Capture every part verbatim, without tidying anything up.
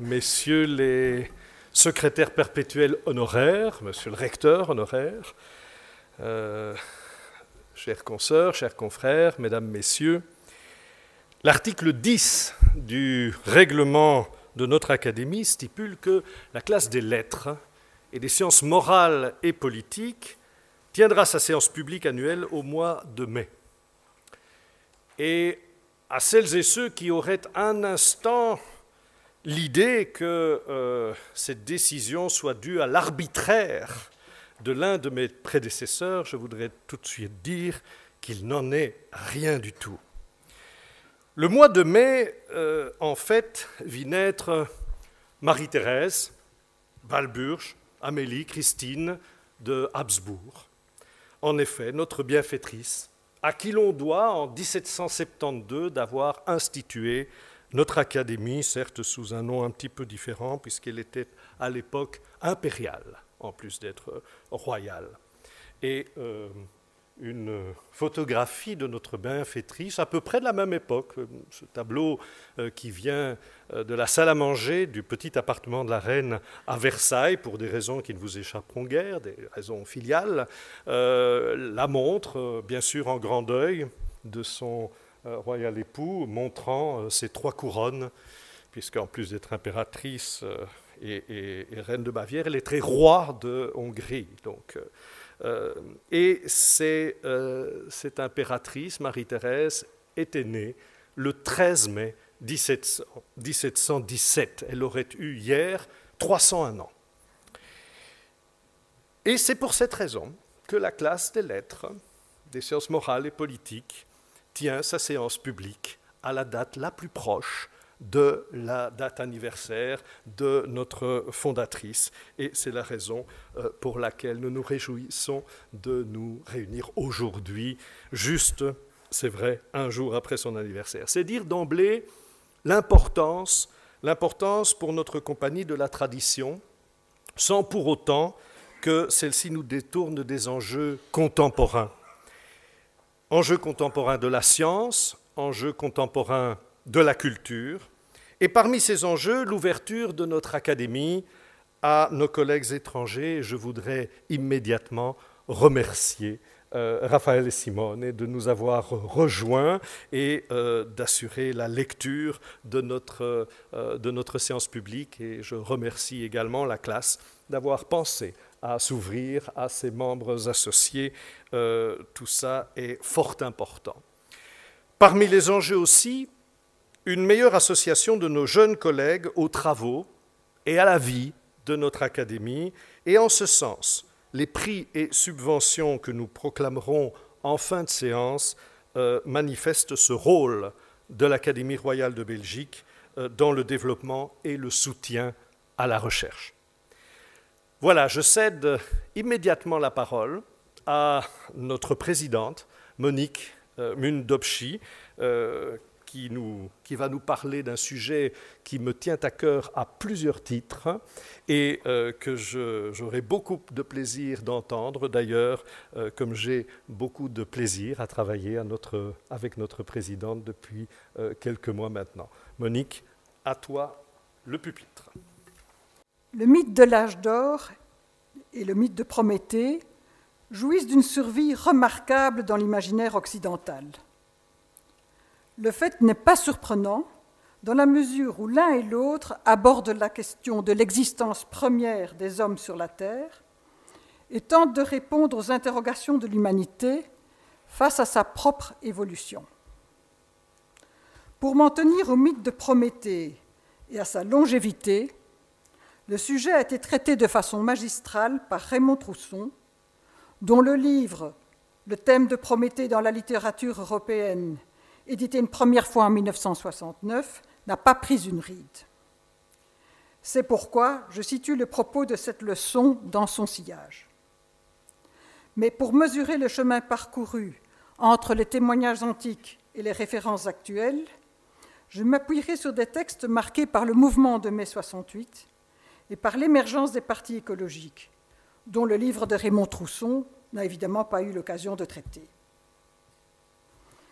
messieurs les secrétaires perpétuels honoraires, monsieur le recteur honoraire, euh, chères consoeurs, chers confrères, mesdames, messieurs, l'article dix du règlement de notre académie stipule que la classe des lettres et des sciences morales et politiques tiendra sa séance publique annuelle au mois de mai. Et à celles et ceux qui auraient un instant l'idée que euh, cette décision soit due à l'arbitraire de l'un de mes prédécesseurs, je voudrais tout de suite dire qu'il n'en est rien du tout. Le mois de mai, euh, en fait, vit naître Marie-Thérèse, Walburge, Amélie, Christine de Habsbourg. En effet, notre bienfaitrice, à qui l'on doit, en dix-sept cent soixante-douze, d'avoir institué notre académie, certes sous un nom un petit peu différent, puisqu'elle était à l'époque impériale, en plus d'être royale. Et euh, une photographie de notre bienfaitrice, à peu près de la même époque, ce tableau euh, qui vient euh, de la salle à manger du petit appartement de la reine à Versailles, pour des raisons qui ne vous échapperont guère, des raisons filiales, euh, la montre, euh, bien sûr en grand deuil, de son euh, royal époux, montrant euh, ses trois couronnes, puisqu'en plus d'être impératrice euh, et, et, et reine de Bavière, elle est très roi de Hongrie. Donc, euh, Euh, et c'est, euh, cette impératrice, Marie-Thérèse, était née le treize mai mille sept cent dix-sept. Elle aurait eu hier trois cent un ans. Et c'est pour cette raison que la classe des lettres, des sciences morales et politiques, tient sa séance publique à la date la plus proche de la date anniversaire de notre fondatrice. Et c'est la raison pour laquelle nous nous réjouissons de nous réunir aujourd'hui, juste, c'est vrai, un jour après son anniversaire. C'est dire d'emblée l'importance, l'importance pour notre compagnie de la tradition, sans pour autant que celle-ci nous détourne des enjeux contemporains. Enjeux contemporains de la science, enjeux contemporains de la culture, et parmi ces enjeux, l'ouverture de notre académie à nos collègues étrangers. Je voudrais immédiatement remercier euh, Raphaël et Simone de nous avoir rejoints et euh, d'assurer la lecture de notre, euh, de notre séance publique. Et je remercie également la classe d'avoir pensé à s'ouvrir à ses membres associés. Euh, tout ça est fort important. Parmi les enjeux aussi, une meilleure association de nos jeunes collègues aux travaux et à la vie de notre académie. Et en ce sens, les prix et subventions que nous proclamerons en fin de séance euh, manifestent ce rôle de l'Académie royale de Belgique euh, dans le développement et le soutien à la recherche. Voilà, je cède immédiatement la parole à notre présidente, Monique euh, Mundopchi, euh, Qui, nous, qui va nous parler d'un sujet qui me tient à cœur à plusieurs titres et euh, que je, j'aurai beaucoup de plaisir d'entendre. D'ailleurs, euh, comme j'ai beaucoup de plaisir à travailler à notre, avec notre présidente depuis euh, quelques mois maintenant. Monique, à toi le pupitre. Le mythe de l'âge d'or et le mythe de Prométhée jouissent d'une survie remarquable dans l'imaginaire occidental. Le fait n'est pas surprenant dans la mesure où l'un et l'autre abordent la question de l'existence première des hommes sur la Terre et tentent de répondre aux interrogations de l'humanité face à sa propre évolution. Pour m'en tenir au mythe de Prométhée et à sa longévité, le sujet a été traité de façon magistrale par Raymond Trousson, dont le livre « Le thème de Prométhée dans la littérature européenne » édité une première fois en mille neuf cent soixante-neuf, n'a pas pris une ride. C'est pourquoi je situe le propos de cette leçon dans son sillage. Mais pour mesurer le chemin parcouru entre les témoignages antiques et les références actuelles, je m'appuierai sur des textes marqués par le mouvement de mai soixante-huit et par l'émergence des partis écologiques, dont le livre de Raymond Trousson n'a évidemment pas eu l'occasion de traiter.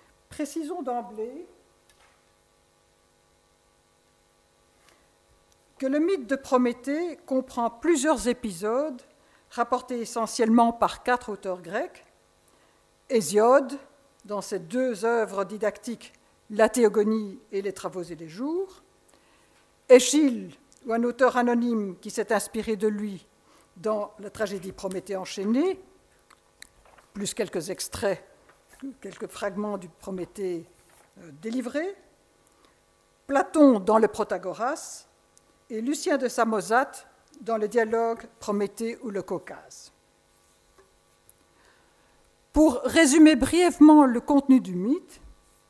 Précisons d'emblée que le mythe de Prométhée comprend plusieurs épisodes rapportés essentiellement par quatre auteurs grecs, Hésiode, dans ses deux œuvres didactiques, La Théogonie et Les Travaux et les Jours, Échille, ou un auteur anonyme qui s'est inspiré de lui dans la tragédie Prométhée enchaînée, plus quelques extraits, quelques fragments du Prométhée euh, délivré, Platon dans le Protagoras et Lucien de Samosate dans le dialogue Prométhée ou le Caucase. Pour résumer brièvement le contenu du mythe,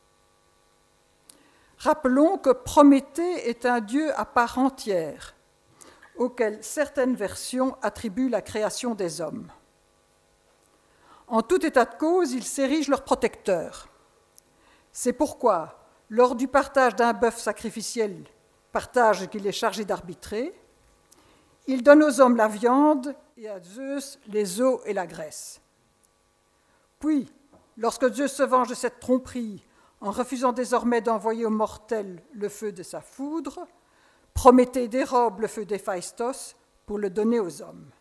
rappelons que Prométhée est un dieu à part entière, auquel certaines versions attribuent la création des hommes. En tout état de cause, il s'érige leur protecteur. C'est pourquoi, lors du partage d'un bœuf sacrificiel, partage qu'il est chargé d'arbitrer, il donne aux hommes la viande et à Zeus les os et la graisse. Puis, lorsque Zeus se venge de cette tromperie, en refusant désormais d'envoyer aux mortels le feu de sa foudre, Prométhée dérobe le feu d'Héphaïstos pour le donner aux hommes.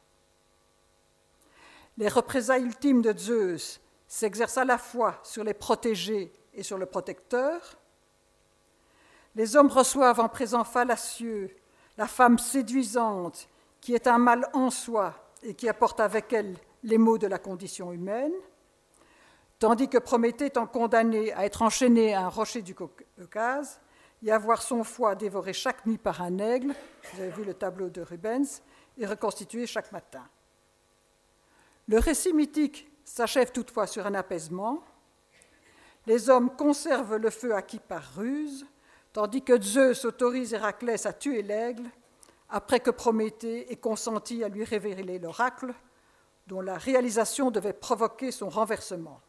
Les représailles ultimes de Zeus s'exercent à la fois sur les protégés et sur le protecteur. Les hommes reçoivent en présent fallacieux la femme séduisante qui est un mal en soi et qui apporte avec elle les maux de la condition humaine, tandis que Prométhée étant condamné à être enchaîné à un rocher du Caucase et à voir son foie dévoré chaque nuit par un aigle, vous avez vu le tableau de Rubens, et reconstitué chaque matin. Le récit mythique s'achève toutefois sur un apaisement. Les hommes conservent le feu acquis par ruse, tandis que Zeus autorise Héraclès à tuer l'aigle, après que Prométhée ait consenti à lui révéler l'oracle, dont la réalisation devait provoquer son renversement.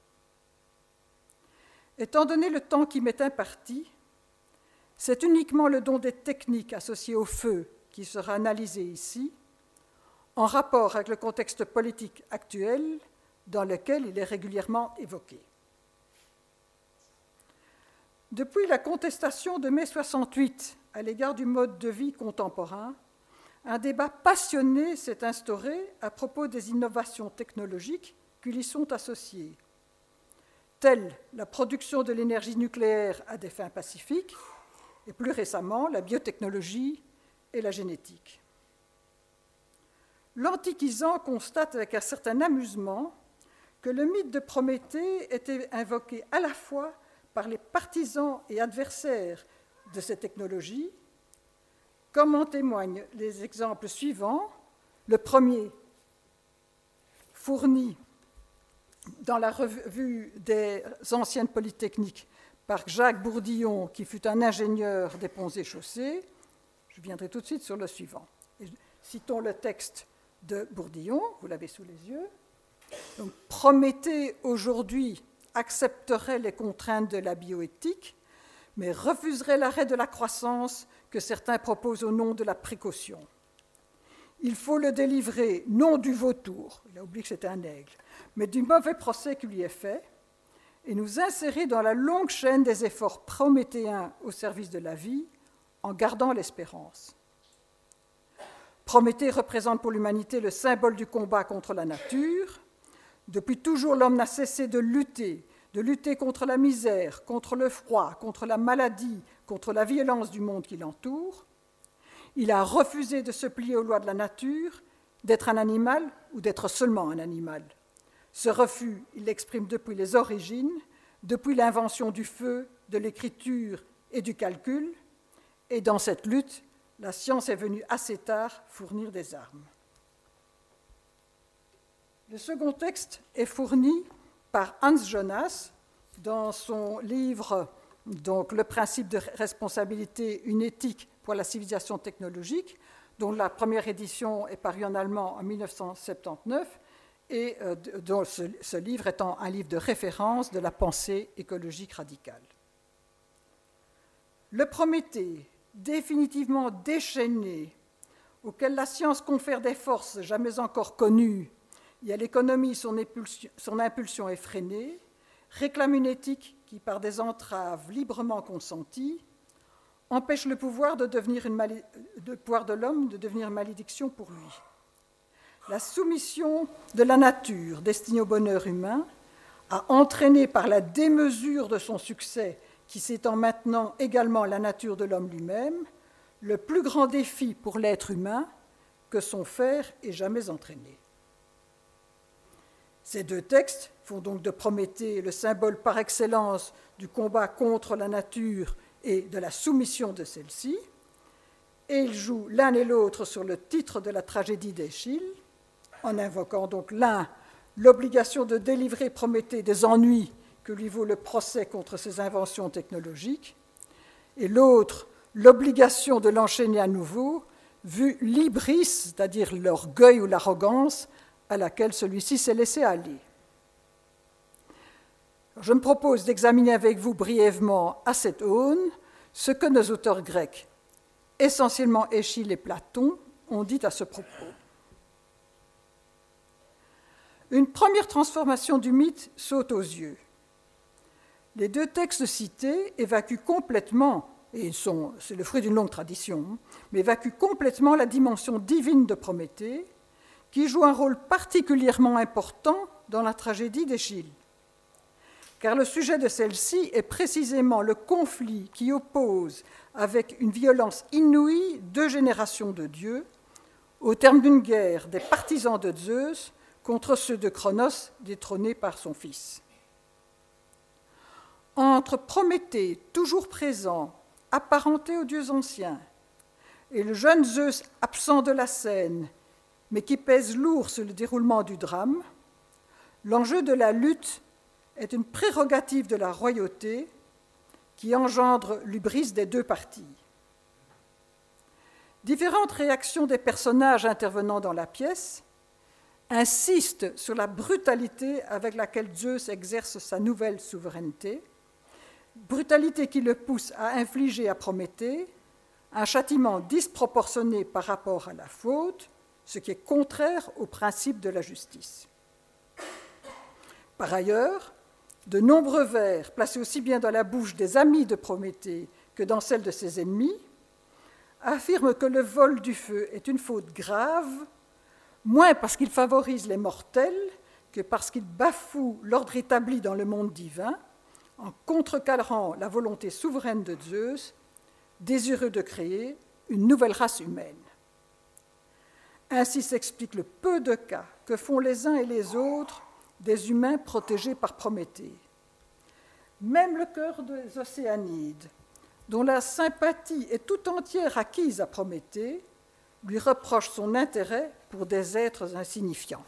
Étant donné le temps qui m'est imparti, c'est uniquement le don des techniques associées au feu qui sera analysé ici, en rapport avec le contexte politique actuel dans lequel il est régulièrement évoqué. Depuis la contestation de mai soixante-huit à l'égard du mode de vie contemporain, un débat passionné s'est instauré à propos des innovations technologiques qui y sont associées, telles la production de l'énergie nucléaire à des fins pacifiques et plus récemment la biotechnologie et la génétique. L'antiquisant constate avec un certain amusement que le mythe de Prométhée était invoqué à la fois par les partisans et adversaires de ces technologies, comme en témoignent les exemples suivants. Le premier, fourni dans la revue des anciennes polytechniques par Jacques Bourdillon, qui fut un ingénieur des ponts et chaussées. Je viendrai tout de suite sur le suivant. Et citons le texte de Bourdillon, vous l'avez sous les yeux. Donc, Prométhée, aujourd'hui, accepterait les contraintes de la bioéthique, mais refuserait l'arrêt de la croissance que certains proposent au nom de la précaution. Il faut le délivrer, non du vautour, il a oublié que c'était un aigle, mais du mauvais procès qui lui est fait, et nous insérer dans la longue chaîne des efforts prométhéens au service de la vie, en gardant l'espérance. Prométhée représente pour l'humanité le symbole du combat contre la nature. Depuis toujours, l'homme n'a cessé de lutter, de lutter contre la misère, contre le froid, contre la maladie, contre la violence du monde qui l'entoure. Il a refusé de se plier aux lois de la nature, d'être un animal ou d'être seulement un animal. Ce refus, il l'exprime depuis les origines, depuis l'invention du feu, de l'écriture et du calcul, et dans cette lutte, la science est venue assez tard fournir des armes. Le second texte est fourni par Hans Jonas dans son livre donc, « Le principe de responsabilité, une éthique pour la civilisation technologique », dont la première édition est parue en allemand en mille neuf cent soixante-dix-neuf, et euh, dont ce, ce livre étant un livre de référence de la pensée écologique radicale. Le Prométhée, définitivement déchaîné, auquel la science confère des forces jamais encore connues, et à l'économie son, son impulsion effrénée, réclame une éthique qui, par des entraves librement consenties, empêche le pouvoir de, devenir une mali- le pouvoir de l'homme de devenir une malédiction pour lui. La soumission de la nature destinée au bonheur humain a entraîné par la démesure de son succès, qui s'étend maintenant également à la nature de l'homme lui-même, le plus grand défi pour l'être humain que son faire ait jamais entraîné. Ces deux textes font donc de Prométhée le symbole par excellence du combat contre la nature et de la soumission de celle-ci, et ils jouent l'un et l'autre sur le titre de la tragédie d'Échille, en invoquant donc l'un l'obligation de délivrer Prométhée des ennuis que lui vaut le procès contre ses inventions technologiques, et l'autre l'obligation de l'enchaîner à nouveau, vu l'hybris, c'est-à-dire l'orgueil ou l'arrogance à laquelle celui-ci s'est laissé aller. Je me propose d'examiner avec vous brièvement à cette aune ce que nos auteurs grecs, essentiellement Échille et Platon, ont dit à ce propos. Une première transformation du mythe saute aux yeux. Les deux textes cités évacuent complètement, et sont, c'est le fruit d'une longue tradition, mais évacuent complètement la dimension divine de Prométhée, qui joue un rôle particulièrement important dans la tragédie d'Échille. Car le sujet de celle-ci est précisément le conflit qui oppose avec une violence inouïe deux générations de dieux, au terme d'une guerre des partisans de Zeus contre ceux de Cronos détrôné par son fils. Entre Prométhée, toujours présent, apparenté aux dieux anciens, et le jeune Zeus absent de la scène, mais qui pèse lourd sur le déroulement du drame, l'enjeu de la lutte est une prérogative de la royauté qui engendre l'hubris des deux parties. Différentes réactions des personnages intervenant dans la pièce insistent sur la brutalité avec laquelle Zeus exerce sa nouvelle souveraineté, brutalité qui le pousse à infliger à Prométhée un châtiment disproportionné par rapport à la faute, ce qui est contraire au principe de la justice. Par ailleurs, de nombreux vers, placés aussi bien dans la bouche des amis de Prométhée que dans celle de ses ennemis, affirment que le vol du feu est une faute grave, moins parce qu'il favorise les mortels que parce qu'il bafoue l'ordre établi dans le monde divin, en contrecarrant la volonté souveraine de Zeus, désireux de créer une nouvelle race humaine. Ainsi s'explique le peu de cas que font les uns et les autres des humains protégés par Prométhée. Même le cœur des Océanides, dont la sympathie est tout entière acquise à Prométhée, lui reproche son intérêt pour des êtres insignifiants.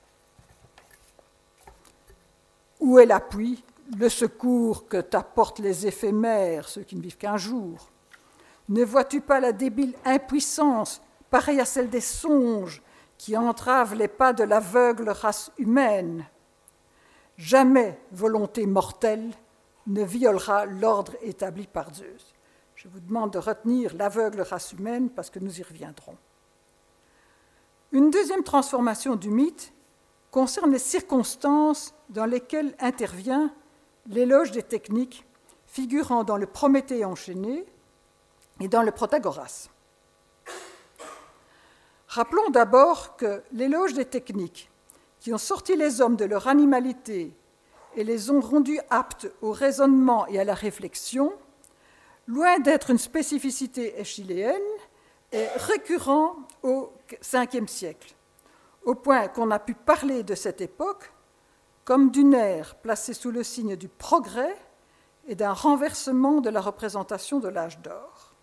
Où est l'appui, le secours que t'apportent les éphémères, ceux qui ne vivent qu'un jour? Ne vois-tu pas la débile impuissance, pareille à celle des songes, qui entravent les pas de l'aveugle race humaine? Jamais volonté mortelle ne violera l'ordre établi par Zeus. Je vous demande de retenir l'aveugle race humaine parce que nous y reviendrons. Une deuxième transformation du mythe concerne les circonstances dans lesquelles intervient l'éloge des techniques figurant dans le Prométhée enchaîné et dans le Protagoras. Rappelons d'abord que l'éloge des techniques qui ont sorti les hommes de leur animalité et les ont rendus aptes au raisonnement et à la réflexion, loin d'être une spécificité échilléenne, est récurrent au cinquième siècle, au point qu'on a pu parler de cette époque comme d'une ère placée sous le signe du progrès et d'un renversement de la représentation de l'âge d'or.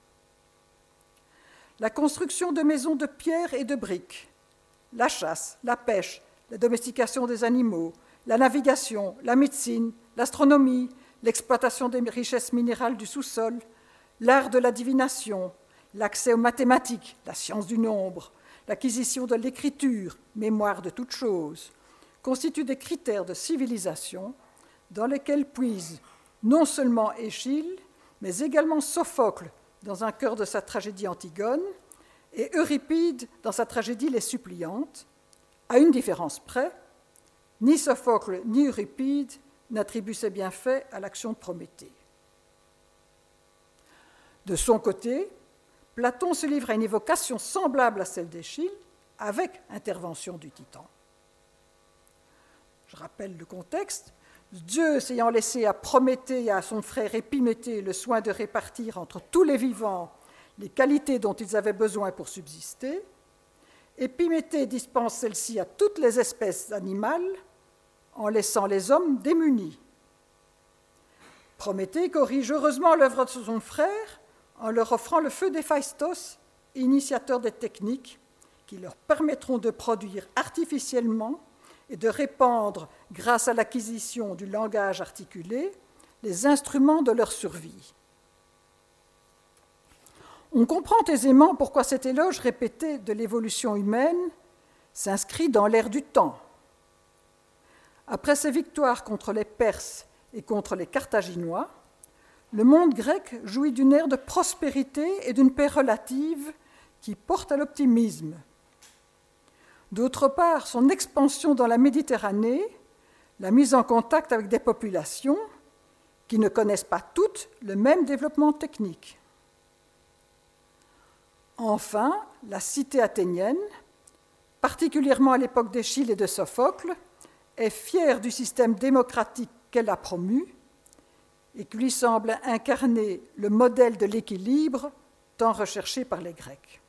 La construction de maisons de pierre et de briques, la chasse, la pêche, la domestication des animaux, la navigation, la médecine, l'astronomie, l'exploitation des richesses minérales du sous-sol, l'art de la divination, l'accès aux mathématiques, la science du nombre, l'acquisition de l'écriture, mémoire de toutes choses, constituent des critères de civilisation dans lesquels puise non seulement Échille, mais également Sophocle dans un cœur de sa tragédie Antigone et Euripide dans sa tragédie Les Suppliantes, à une différence près, ni Sophocle ni Euripide n'attribuent ces bienfaits à l'action de Prométhée. De son côté, Platon se livre à une évocation semblable à celle d'Échille, avec intervention du Titan. Je rappelle le contexte. Zeus ayant laissé à Prométhée et à son frère Épiméthée le soin de répartir entre tous les vivants les qualités dont ils avaient besoin pour subsister, Épiméthée dispense celle-ci à toutes les espèces animales en laissant les hommes démunis. Prométhée corrige heureusement l'œuvre de son frère en leur offrant le feu d'Héphaïstos, initiateur des techniques qui leur permettront de produire artificiellement et de répandre, grâce à l'acquisition du langage articulé, les instruments de leur survie. On comprend aisément pourquoi cet éloge répété de l'évolution humaine s'inscrit dans l'ère du temps. Après ses victoires contre les Perses et contre les Carthaginois, le monde grec jouit d'une ère de prospérité et d'une paix relative qui porte à l'optimisme. D'autre part, son expansion dans la Méditerranée, la mise en contact avec des populations qui ne connaissent pas toutes le même développement technique. Enfin, la cité athénienne, particulièrement à l'époque d'Échille et de Sophocle, est fière du système démocratique qu'elle a promu et qui lui semble incarner le modèle de l'équilibre tant recherché par les Grecs.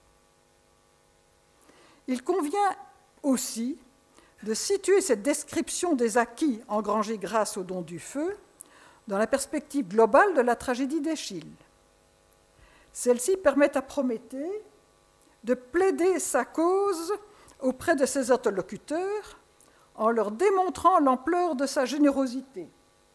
Il convient aussi de situer cette description des acquis engrangés grâce au don du feu dans la perspective globale de la tragédie d'Échille. Celle-ci permet à Prométhée de plaider sa cause auprès de ses interlocuteurs en leur démontrant l'ampleur de sa générosité.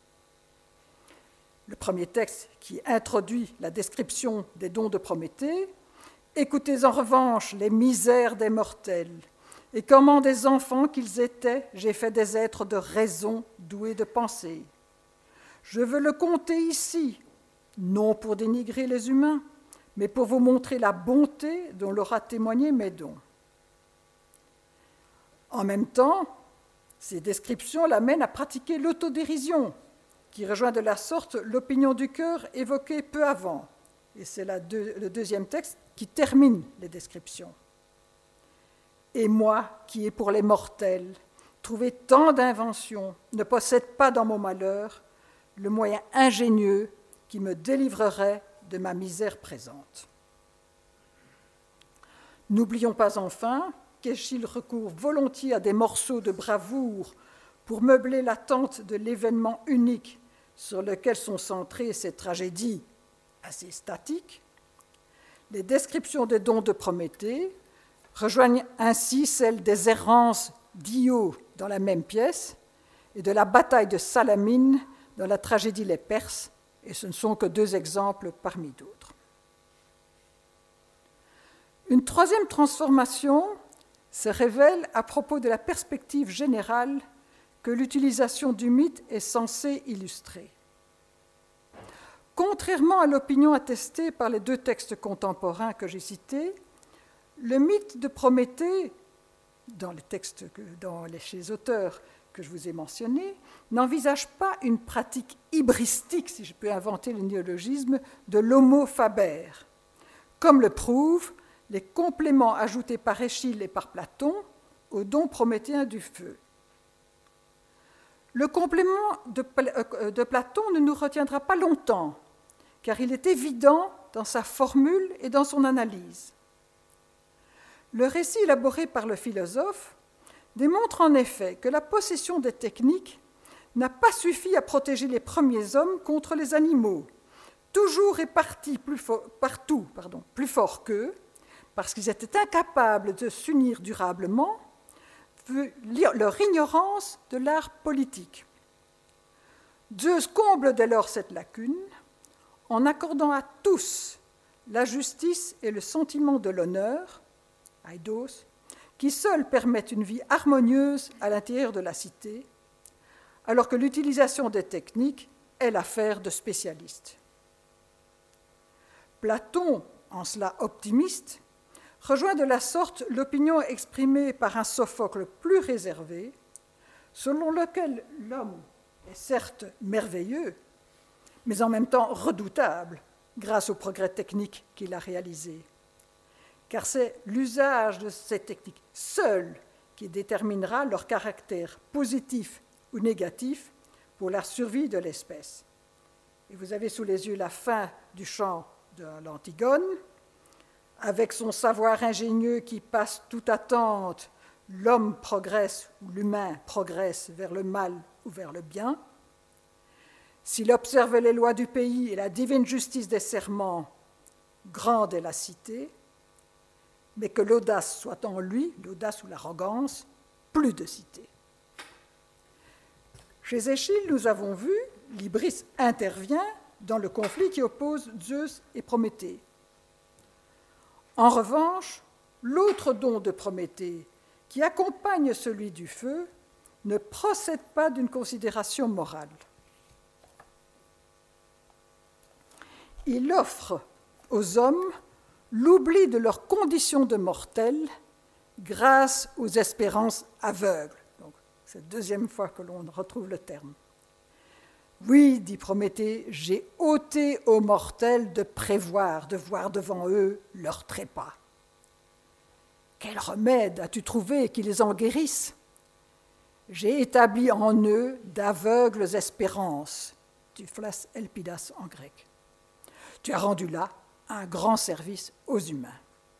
Le premier texte qui introduit la description des dons de Prométhée: « Écoutez en revanche les misères des mortels, et comment des enfants qu'ils étaient, j'ai fait des êtres de raison doués de pensée. Je veux le compter ici, non pour dénigrer les humains, mais pour vous montrer la bonté dont leur a témoigné mes dons. » En même temps, ces descriptions l'amènent à pratiquer l'autodérision, qui rejoint de la sorte l'opinion du cœur évoquée peu avant. Et c'est la deux, le deuxième texte qui termine les descriptions. « Et moi, qui ai pour les mortels trouvé tant d'inventions, ne possède pas dans mon malheur le moyen ingénieux qui me délivrerait de ma misère présente. » N'oublions pas enfin qu'Échille recourt volontiers à des morceaux de bravoure pour meubler l'attente de l'événement unique sur lequel sont centrées ces tragédies assez statiques. Les descriptions des dons de Prométhée rejoignent ainsi celles des errances d'Io dans la même pièce et de la bataille de Salamine dans la tragédie Les Perses, et ce ne sont que deux exemples parmi d'autres. Une troisième transformation se révèle à propos de la perspective générale que l'utilisation du mythe est censée illustrer. Contrairement à l'opinion attestée par les deux textes contemporains que j'ai cités, le mythe de Prométhée, dans les textes, que, dans les, chez les auteurs que je vous ai mentionnés, n'envisage pas une pratique hybristique, si je peux inventer le néologisme, de l'homo faber, comme le prouvent les compléments ajoutés par Échille et par Platon au don prométhéen du feu. Le complément de, de Platon ne nous retiendra pas longtemps, car il est évident dans sa formule et dans son analyse. Le récit élaboré par le philosophe démontre en effet que la possession des techniques n'a pas suffi à protéger les premiers hommes contre les animaux, toujours répartis plus fort, partout pardon, plus forts qu'eux, parce qu'ils étaient incapables de s'unir durablement, leur ignorance de l'art politique. Zeus comble dès lors cette lacune en accordant à tous la justice et le sentiment de l'honneur, aidos, qui seuls permettent une vie harmonieuse à l'intérieur de la cité, alors que l'utilisation des techniques est l'affaire de spécialistes. Platon, en cela optimiste, rejoint de la sorte l'opinion exprimée par un Sophocle plus réservé, selon lequel l'homme est certes merveilleux, mais en même temps redoutable, grâce au progrès technique qu'il a réalisé. Car c'est l'usage de ces techniques seul qui déterminera leur caractère positif ou négatif pour la survie de l'espèce. Et vous avez sous les yeux la fin du chant de l'Antigone, avec son savoir ingénieux qui passe toute attente, l'homme progresse ou l'humain progresse vers le mal ou vers le bien. S'il observe les lois du pays et la divine justice des serments, grande est la cité, mais que l'audace soit en lui, l'audace ou l'arrogance, plus de cité. Chez Échille, nous avons vu, l'Ibris intervient dans le conflit qui oppose Zeus et Prométhée. En revanche, l'autre don de Prométhée, qui accompagne celui du feu, ne procède pas d'une considération morale. Il offre aux hommes l'oubli de leurs conditions de mortels grâce aux espérances aveugles. Donc, c'est la deuxième fois que l'on retrouve le terme. Oui, dit Prométhée, j'ai ôté aux mortels de prévoir, de voir devant eux leur trépas. Quel remède as-tu trouvé qui les en guérisse? J'ai établi en eux d'aveugles espérances, Typhlas Elpidas en grec. Tu as rendu là un grand service aux humains.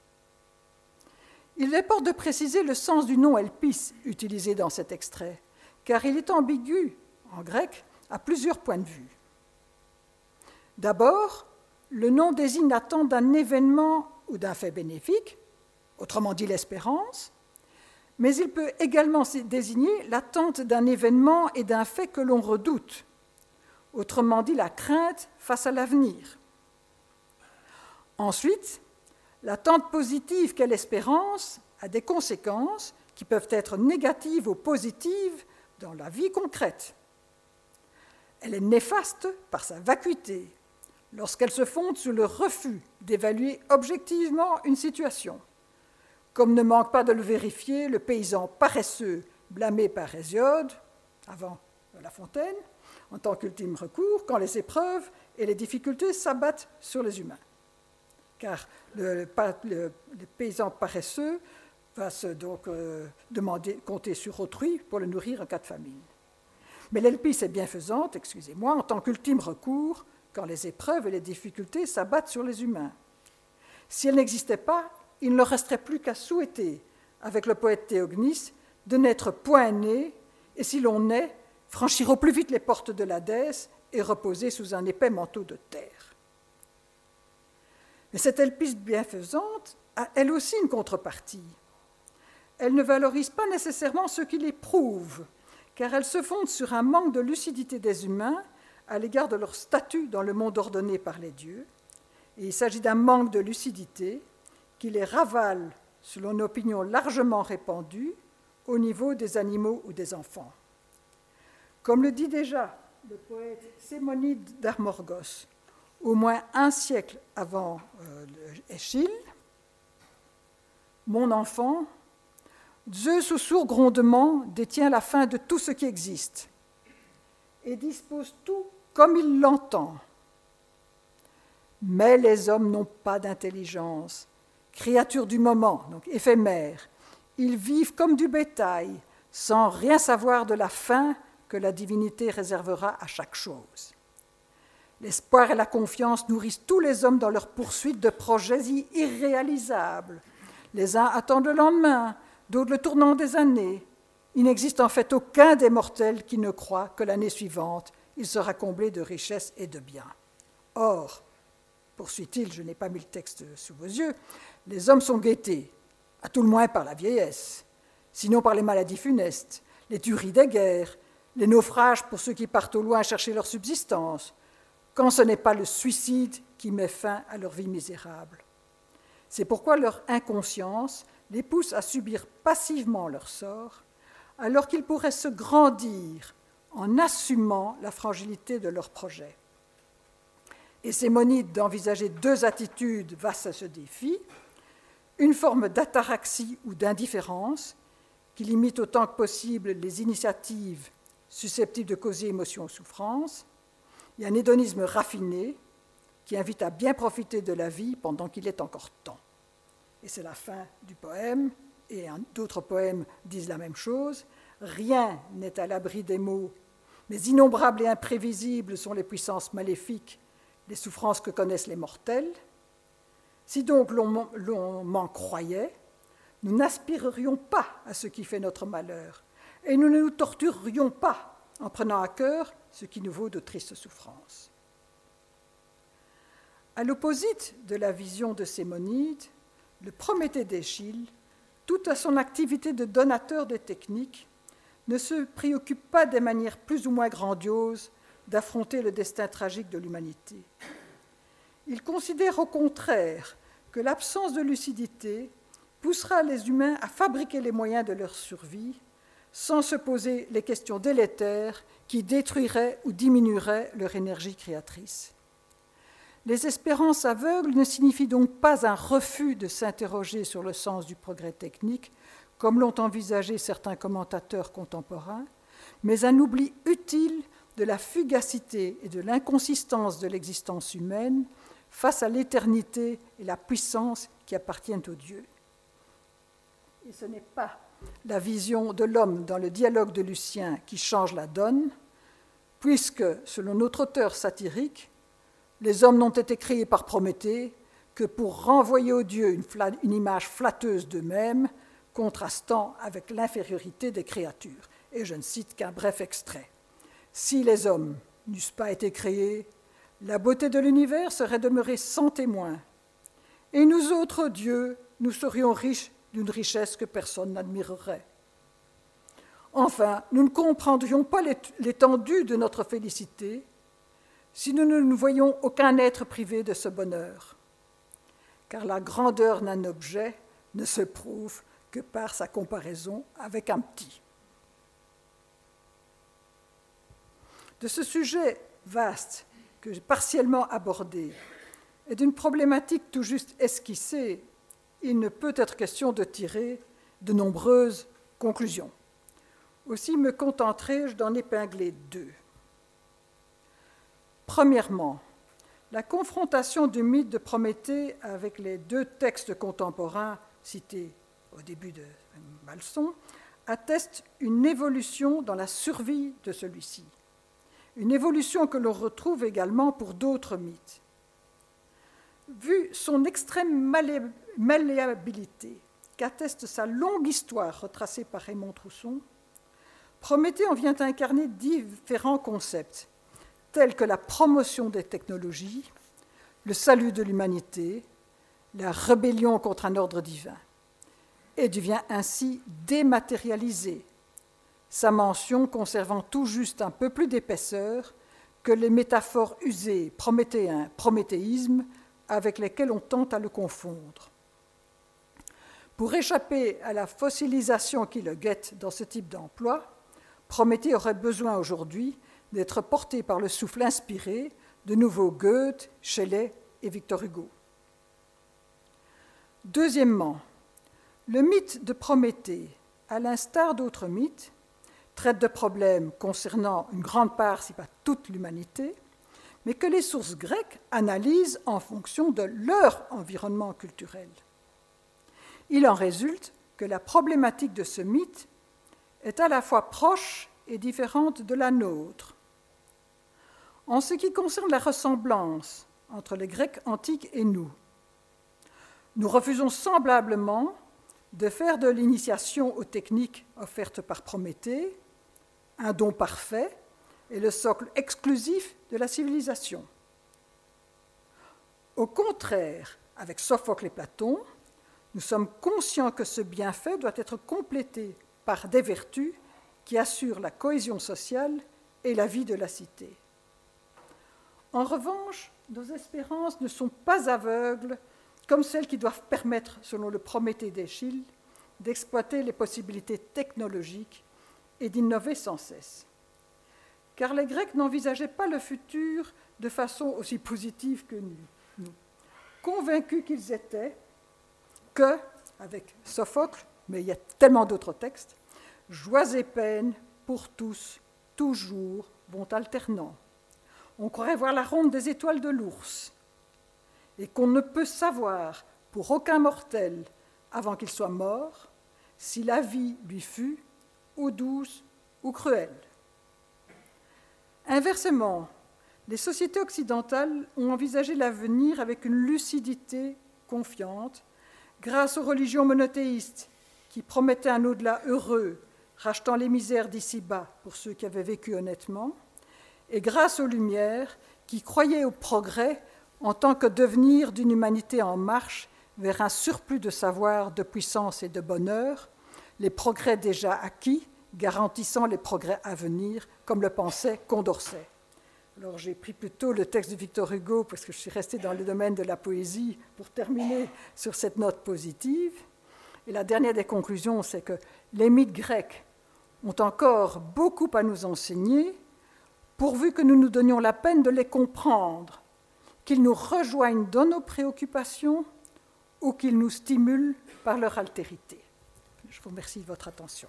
Il importe de préciser le sens du nom Elpis utilisé dans cet extrait, car il est ambigu en grec à plusieurs points de vue. D'abord, le nom désigne l'attente d'un événement ou d'un fait bénéfique, autrement dit l'espérance, mais il peut également désigner l'attente d'un événement et d'un fait que l'on redoute, autrement dit la crainte face à l'avenir. Ensuite, l'attente positive qu'est l'espérance a des conséquences qui peuvent être négatives ou positives dans la vie concrète. Elle est néfaste par sa vacuité, lorsqu'elle se fonde sur le refus d'évaluer objectivement une situation, comme ne manque pas de le vérifier le paysan paresseux blâmé par Hésiode, avant La Fontaine, en tant qu'ultime recours, quand les épreuves et les difficultés s'abattent sur les humains. Car le, le, le paysan paresseux va se donc euh, demander, compter sur autrui pour le nourrir en cas de famine. Mais l'Elpis est bienfaisante, excusez-moi, en tant qu'ultime recours, quand les épreuves et les difficultés s'abattent sur les humains. Si elle n'existait pas, il ne leur resterait plus qu'à souhaiter, avec le poète Théognis, de n'être point né, et si l'on naît, franchir au plus vite les portes de l'Hadès et reposer sous un épais manteau de terre. Mais cette Elpis bienfaisante a elle aussi une contrepartie. Elle ne valorise pas nécessairement ceux qui l'éprouvent, car elle se fonde sur un manque de lucidité des humains à l'égard de leur statut dans le monde ordonné par les dieux, et il s'agit d'un manque de lucidité qui les ravale, selon une opinion largement répandue, au niveau des animaux ou des enfants. Comme le dit déjà le poète Sémonide d'Armorgos, au moins un siècle avant euh, Échille, « Mon enfant, Zeus au sourd grondement détient la fin de tout ce qui existe et dispose tout comme il l'entend. Mais les hommes n'ont pas d'intelligence, créatures du moment, donc éphémères. Ils vivent comme du bétail, sans rien savoir de la fin que la divinité réservera à chaque chose. L'espoir et la confiance nourrissent tous les hommes dans leur poursuite de projets irréalisables. Les uns attendent le lendemain, d'autres le tournant des années. Il n'existe en fait aucun des mortels qui ne croit que l'année suivante, il sera comblé de richesses et de biens. Or, poursuit-il, je n'ai pas mis le texte sous vos yeux, les hommes sont guettés, à tout le moins par la vieillesse, sinon par les maladies funestes, les tueries des guerres, les naufrages pour ceux qui partent au loin chercher leur subsistance, quand ce n'est pas le suicide qui met fin à leur vie misérable. C'est pourquoi leur inconscience les pousse à subir passivement leur sort, alors qu'ils pourraient se grandir en assumant la fragilité de leurs projets. Et Sémonide d'envisager deux attitudes face à ce défi, une forme d'ataraxie ou d'indifférence qui limite autant que possible les initiatives susceptibles de causer émotion ou souffrance, et un hédonisme raffiné qui invite à bien profiter de la vie pendant qu'il est encore temps. Et c'est la fin du poème, et d'autres poèmes disent la même chose. Rien n'est à l'abri des maux, mais innombrables et imprévisibles sont les puissances maléfiques, les souffrances que connaissent les mortels. Si donc l'on, l'on m'en croyait, nous n'aspirerions pas à ce qui fait notre malheur, et nous ne nous torturerions pas en prenant à cœur ce qui nous vaut de tristes souffrances. À l'opposite de la vision de Sémonide, le Prométhée d'Échille, tout à son activité de donateur des techniques, ne se préoccupe pas des manières plus ou moins grandioses d'affronter le destin tragique de l'humanité. Il considère au contraire que l'absence de lucidité poussera les humains à fabriquer les moyens de leur survie sans se poser les questions délétères qui détruiraient ou diminueraient leur énergie créatrice. Les espérances aveugles ne signifient donc pas un refus de s'interroger sur le sens du progrès technique, comme l'ont envisagé certains commentateurs contemporains, mais un oubli utile de la fugacité et de l'inconsistance de l'existence humaine face à l'éternité et la puissance qui appartiennent aux dieux. Et ce n'est pas la vision de l'homme dans le dialogue de Lucien qui change la donne, puisque, selon notre auteur satirique, les hommes n'ont été créés par Prométhée que pour renvoyer aux dieux une, fla- une image flatteuse d'eux-mêmes, contrastant avec l'infériorité des créatures. Et je ne cite qu'un bref extrait. Si les hommes n'eussent pas été créés, la beauté de l'univers serait demeurée sans témoin. Et nous autres dieux, nous serions riches d'une richesse que personne n'admirerait. Enfin, nous ne comprendrions pas l'étendue de notre félicité si nous ne nous voyons aucun être privé de ce bonheur. Car la grandeur d'un objet ne se prouve que par sa comparaison avec un petit. De ce sujet vaste que j'ai partiellement abordé et d'une problématique tout juste esquissée, il ne peut être question de tirer de nombreuses conclusions. Aussi me contenterai-je d'en épingler deux. Premièrement, la confrontation du mythe de Prométhée avec les deux textes contemporains cités au début de ma leçon atteste une évolution dans la survie de celui-ci. Une évolution que l'on retrouve également pour d'autres mythes. Vu son extrême malé- malléabilité, qu'atteste sa longue histoire retracée par Raymond Trousson, Prométhée en vient à incarner différents concepts, tels que la promotion des technologies, le salut de l'humanité, la rébellion contre un ordre divin, et devient ainsi dématérialisé, sa mention conservant tout juste un peu plus d'épaisseur que les métaphores usées prométhéen, prométhéisme, avec lesquelles on tente à le confondre. Pour échapper à la fossilisation qui le guette dans ce type d'emploi, Prométhée aurait besoin aujourd'hui d'être porté par le souffle inspiré de nouveau Goethe, Shelley et Victor Hugo. Deuxièmement, le mythe de Prométhée, à l'instar d'autres mythes, traite de problèmes concernant une grande part, si pas toute l'humanité, mais que les sources grecques analysent en fonction de leur environnement culturel. Il en résulte que la problématique de ce mythe est à la fois proche et différente de la nôtre. En ce qui concerne la ressemblance entre les Grecs antiques et nous, nous refusons semblablement de faire de l'initiation aux techniques offertes par Prométhée un don parfait et le socle exclusif de la civilisation. Au contraire, avec Sophocle et Platon, nous sommes conscients que ce bienfait doit être complété par des vertus qui assurent la cohésion sociale et la vie de la cité. En revanche, nos espérances ne sont pas aveugles comme celles qui doivent permettre, selon le Prométhée d'Échille, d'exploiter les possibilités technologiques et d'innover sans cesse. Car les Grecs n'envisageaient pas le futur de façon aussi positive que nous, convaincus qu'ils étaient que, avec Sophocle, mais il y a tellement d'autres textes, joies et peines pour tous, toujours, vont alternant. On croirait voir la ronde des étoiles de l'ours, et qu'on ne peut savoir pour aucun mortel avant qu'il soit mort si la vie lui fut ou douce ou cruelle. Inversement, les sociétés occidentales ont envisagé l'avenir avec une lucidité confiante grâce aux religions monothéistes qui promettaient un au-delà heureux, rachetant les misères d'ici-bas pour ceux qui avaient vécu honnêtement, et grâce aux Lumières qui croyaient au progrès en tant que devenir d'une humanité en marche vers un surplus de savoir, de puissance et de bonheur, les progrès déjà acquis garantissant les progrès à venir, comme le pensait Condorcet. Alors j'ai pris plutôt le texte de Victor Hugo parce que je suis restée dans le domaine de la poésie pour terminer sur cette note positive. Et la dernière des conclusions, c'est que les mythes grecs ont encore beaucoup à nous enseigner, pourvu que nous nous donnions la peine de les comprendre, qu'ils nous rejoignent dans nos préoccupations ou qu'ils nous stimulent par leur altérité. Je vous remercie de votre attention.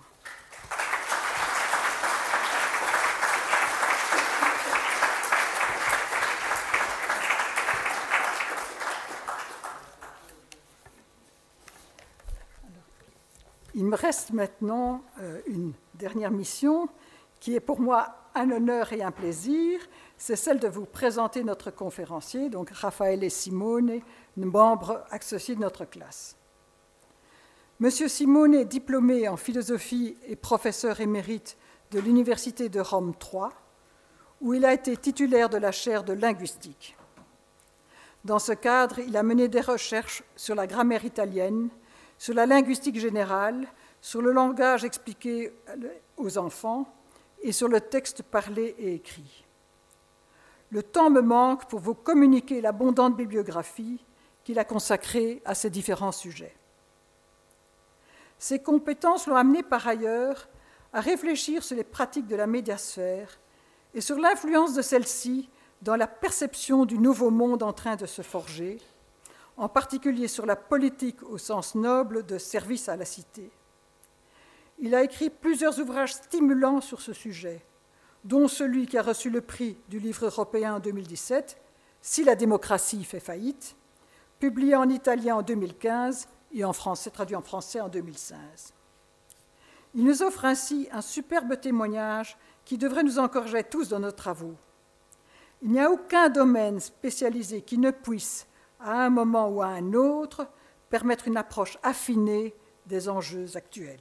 Il me reste maintenant euh, une dernière mission qui est pour moi un honneur et un plaisir, c'est celle de vous présenter notre conférencier, donc Raffaele Simone, membre associé de notre classe. Monsieur Simone est diplômé en philosophie et professeur émérite de l'Université de Rome trois, où il a été titulaire de la chaire de linguistique. Dans ce cadre, il a mené des recherches sur la grammaire italienne, sur la linguistique générale, sur le langage expliqué aux enfants et sur le texte parlé et écrit. Le temps me manque pour vous communiquer l'abondante bibliographie qu'il a consacrée à ces différents sujets. Ses compétences l'ont amené par ailleurs à réfléchir sur les pratiques de la médiasphère et sur l'influence de celle-ci dans la perception du nouveau monde en train de se forger, en particulier sur la politique au sens noble de service à la cité. Il a écrit plusieurs ouvrages stimulants sur ce sujet, dont celui qui a reçu le prix du livre européen en deux mille dix-sept, « Si la démocratie fait faillite », publié en italien en deux mille quinze et en français, traduit en français en deux mille seize. Il nous offre ainsi un superbe témoignage qui devrait nous encourager tous dans nos travaux. Il n'y a aucun domaine spécialisé qui ne puisse, à un moment ou à un autre, permettre une approche affinée des enjeux actuels.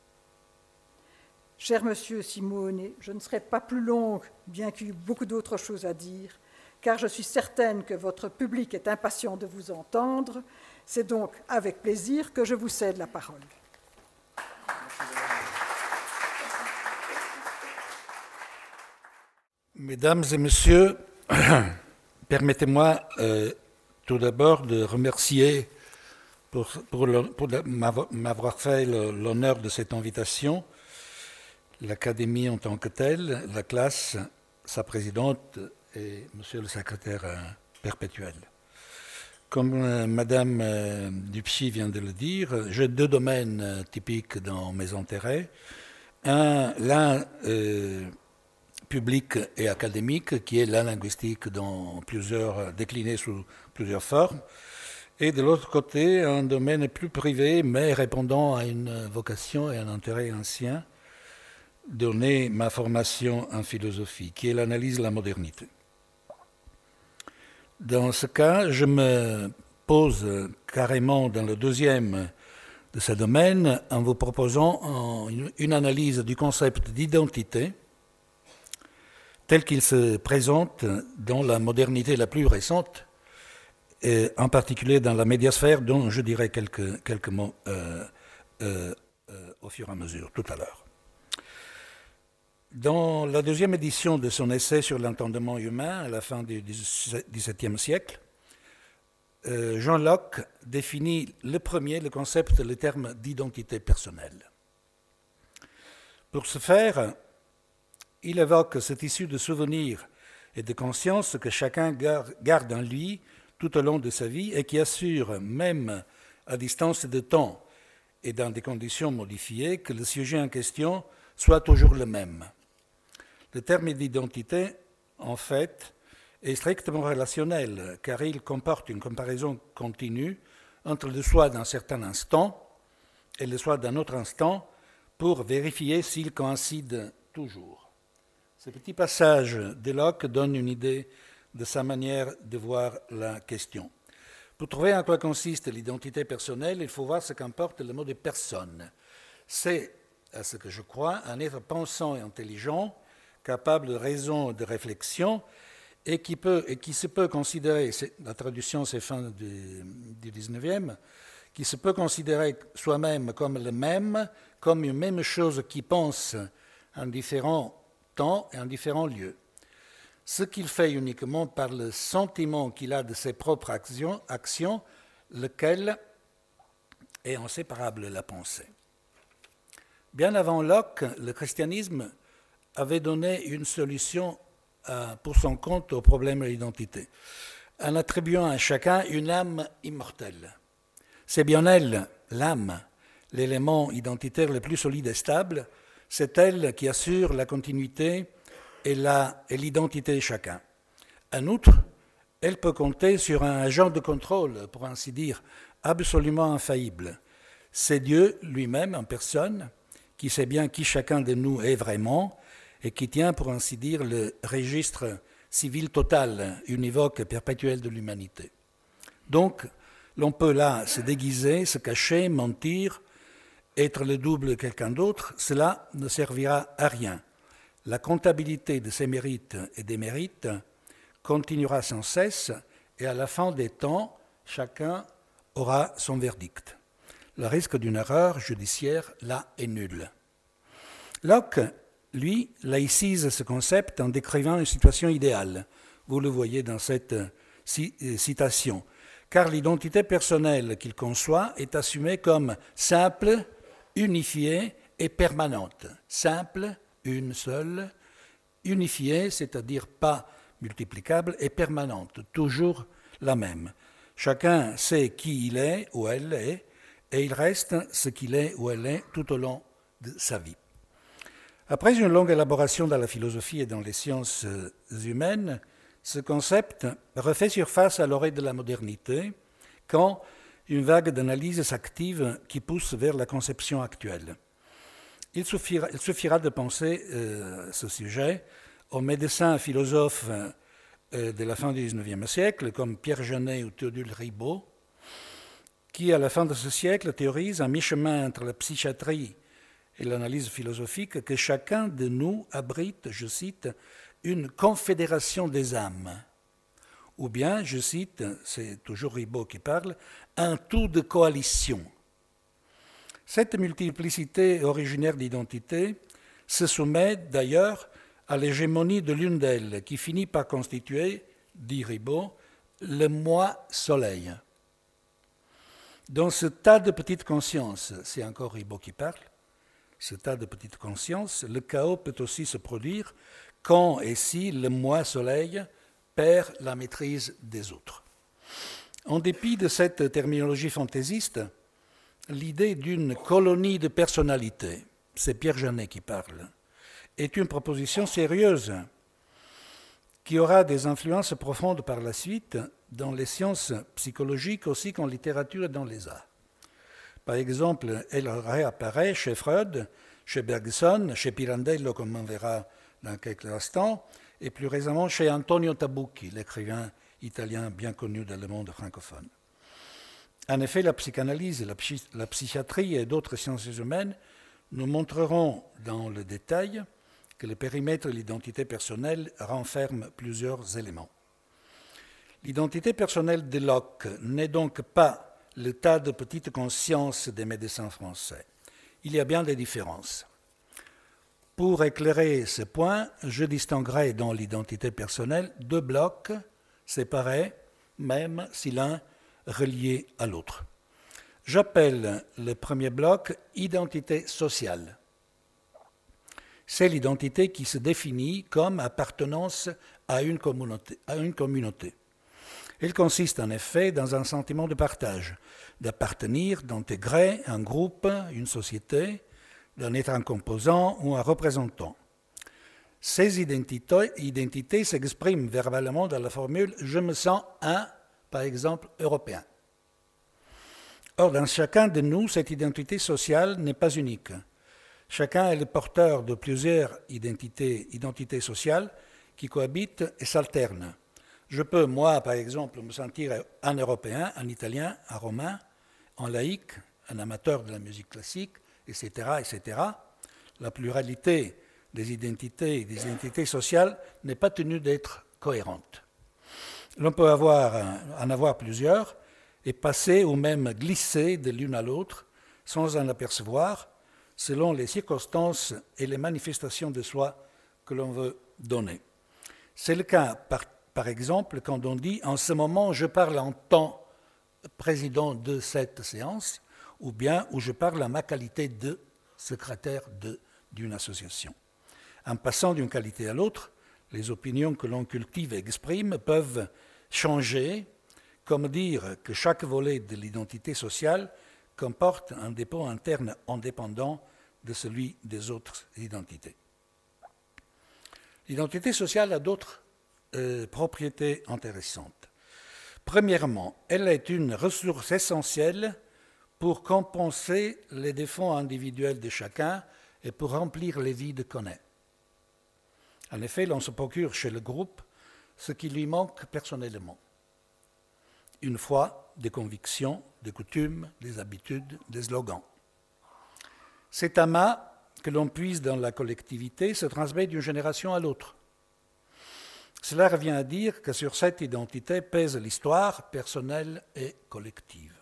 Cher monsieur Simone, je ne serai pas plus longue, bien qu'il y ait beaucoup d'autres choses à dire, car je suis certaine que votre public est impatient de vous entendre. C'est donc avec plaisir que je vous cède la parole. Mesdames et messieurs, permettez-moi euh, tout d'abord de remercier pour, pour, le, pour le, m'avoir fait l'honneur de cette invitation l'Académie en tant que telle, la classe, sa présidente et monsieur le secrétaire euh, perpétuel. Comme euh, Madame euh, Dupchy vient de le dire, j'ai deux domaines euh, typiques dans mes intérêts. Un, l'un euh, public et académique, qui est la linguistique dans plusieurs, décliné sous plusieurs formes, et de l'autre côté, un domaine plus privé, mais répondant à une vocation et un intérêt ancien, donner ma formation en philosophie, qui est l'analyse de la modernité. Dans ce cas, je me pose carrément dans le deuxième de ce domaine en vous proposant une analyse du concept d'identité tel qu'il se présente dans la modernité la plus récente, et en particulier dans la médiasphère, dont je dirai quelques, quelques mots euh, euh, euh, au fur et à mesure, tout à l'heure. Dans la deuxième édition de son essai sur l'entendement humain, à la fin du dix-septième siècle, euh, Jean Locke définit le premier, le concept, le terme d'identité personnelle. Pour ce faire, il évoque ce tissu de souvenirs et de conscience que chacun garde en lui tout au long de sa vie et qui assure, même à distance de temps et dans des conditions modifiées, que le sujet en question soit toujours le même. Le terme d'identité, en fait, est strictement relationnel, car il comporte une comparaison continue entre le soi d'un certain instant et le soi d'un autre instant pour vérifier s'ils coïncident toujours. Ce petit passage de Locke donne une idée de sa manière de voir la question. Pour trouver en quoi consiste l'identité personnelle, il faut voir ce qu'importe le mot de personne. C'est, à ce que je crois, un être pensant et intelligent, capable de raison et de réflexion, et qui, peut, et qui se peut considérer, la traduction c'est fin du, du dix-neuvième, qui se peut considérer soi-même comme le même, comme une même chose qui pense en différents temps et en différents lieux. Ce qu'il fait uniquement par le sentiment qu'il a de ses propres actions, actions lequel est inséparable de la pensée. Bien avant Locke, le christianisme avait donné une solution à, pour son compte au problème de l'identité, en attribuant à chacun une âme immortelle. C'est bien elle, l'âme, l'élément identitaire le plus solide et stable, c'est elle qui assure la continuité et, la, et l'identité de chacun. En outre, elle peut compter sur un agent de contrôle, pour ainsi dire, absolument infaillible. C'est Dieu lui-même en personne, qui sait bien qui chacun de nous est vraiment et qui tient, pour ainsi dire, le registre civil total, univoque et perpétuel de l'humanité. Donc, l'on peut là se déguiser, se cacher, mentir, être le double de quelqu'un d'autre, cela ne servira à rien. La comptabilité de ses mérites et des mérites continuera sans cesse et à la fin des temps, chacun aura son verdict. Le risque d'une erreur judiciaire, là, est nul. Locke, lui, laïcise ce concept en décrivant une situation idéale. Vous le voyez dans cette citation. Car l'identité personnelle qu'il conçoit est assumée comme simple, unifiée et permanente. Simple, une seule, unifiée, c'est-à-dire pas multiplicable, et permanente, toujours la même. Chacun sait qui il est ou elle est, et il reste ce qu'il est ou elle est tout au long de sa vie. Après une longue élaboration dans la philosophie et dans les sciences humaines, ce concept refait surface à l'oreille de la modernité quand une vague d'analyse s'active qui pousse vers la conception actuelle. Il suffira, il suffira de penser euh, ce sujet aux médecins philosophes euh, de la fin du dix-neuvième siècle, comme Pierre Janet ou Théodule Ribot, qui, à la fin de ce siècle, théorisent à mi-chemin entre la psychiatrie et l'analyse philosophique que chacun de nous abrite, je cite, une confédération des âmes, ou bien, je cite, c'est toujours Ribot qui parle, un tout de coalition. Cette multiplicité originaire d'identité se soumet d'ailleurs à l'hégémonie de l'une d'elles, qui finit par constituer, dit Ribot, le moi soleil. Dans ce tas de petites consciences, c'est encore Ribot qui parle, ce tas de petites consciences, le chaos peut aussi se produire quand et si le moi soleil perd la maîtrise des autres. En dépit de cette terminologie fantaisiste, l'idée d'une colonie de personnalités, c'est Pierre Janet qui parle, est une proposition sérieuse qui aura des influences profondes par la suite dans les sciences psychologiques aussi qu'en littérature et dans les arts. Par exemple, elle réapparaît chez Freud, chez Bergson, chez Pirandello, comme on verra dans quelques instants, et plus récemment chez Antonio Tabucchi, l'écrivain italien bien connu dans le monde francophone. En effet, la psychanalyse, la, psy- la psychiatrie et d'autres sciences humaines nous montreront dans le détail que le périmètre de l'identité personnelle renferme plusieurs éléments. L'identité personnelle de Locke n'est donc pas le tas de petites consciences des médecins français. Il y a bien des différences. Pour éclairer ce point, je distinguerai dans l'identité personnelle deux blocs séparés, même si l'un relié à l'autre. J'appelle le premier bloc identité sociale. C'est l'identité qui se définit comme appartenance à une communauté. À une communauté. Elle consiste en effet dans un sentiment de partage, d'appartenir, d'intégrer un groupe, une société, d'en être un composant ou un représentant. Ces identités, identités s'expriment verbalement dans la formule « je me sens un », par exemple, européen. Or, dans chacun de nous, cette identité sociale n'est pas unique. Chacun est le porteur de plusieurs identités, identités sociales qui cohabitent et s'alternent. Je peux, moi, par exemple, me sentir un Européen, un Italien, un Romain, un laïc, un amateur de la musique classique, et cetera, et cetera. La pluralité des identités et des identités sociales n'est pas tenue d'être cohérente. L'on peut avoir, en avoir plusieurs et passer ou même glisser de l'une à l'autre sans en apercevoir, selon les circonstances et les manifestations de soi que l'on veut donner. C'est le cas, par, par exemple, quand on dit « en ce moment, je parle en tant président de cette séance » ou bien où je parle en ma qualité de secrétaire de, d'une association. En passant d'une qualité à l'autre, les opinions que l'on cultive et exprime peuvent changer, comme dire que chaque volet de l'identité sociale comporte un dépôt interne indépendant de celui des autres identités. L'identité sociale a d'autres euh, propriétés intéressantes. Premièrement, elle est une ressource essentielle pour compenser les défauts individuels de chacun et pour remplir les vides qu'on est. En effet, l'on se procure chez le groupe ce qui lui manque personnellement. Une foi, des convictions, des coutumes, des habitudes, des slogans. Cet amas que l'on puise dans la collectivité se transmet d'une génération à l'autre. Cela revient à dire que sur cette identité pèse l'histoire personnelle et collective.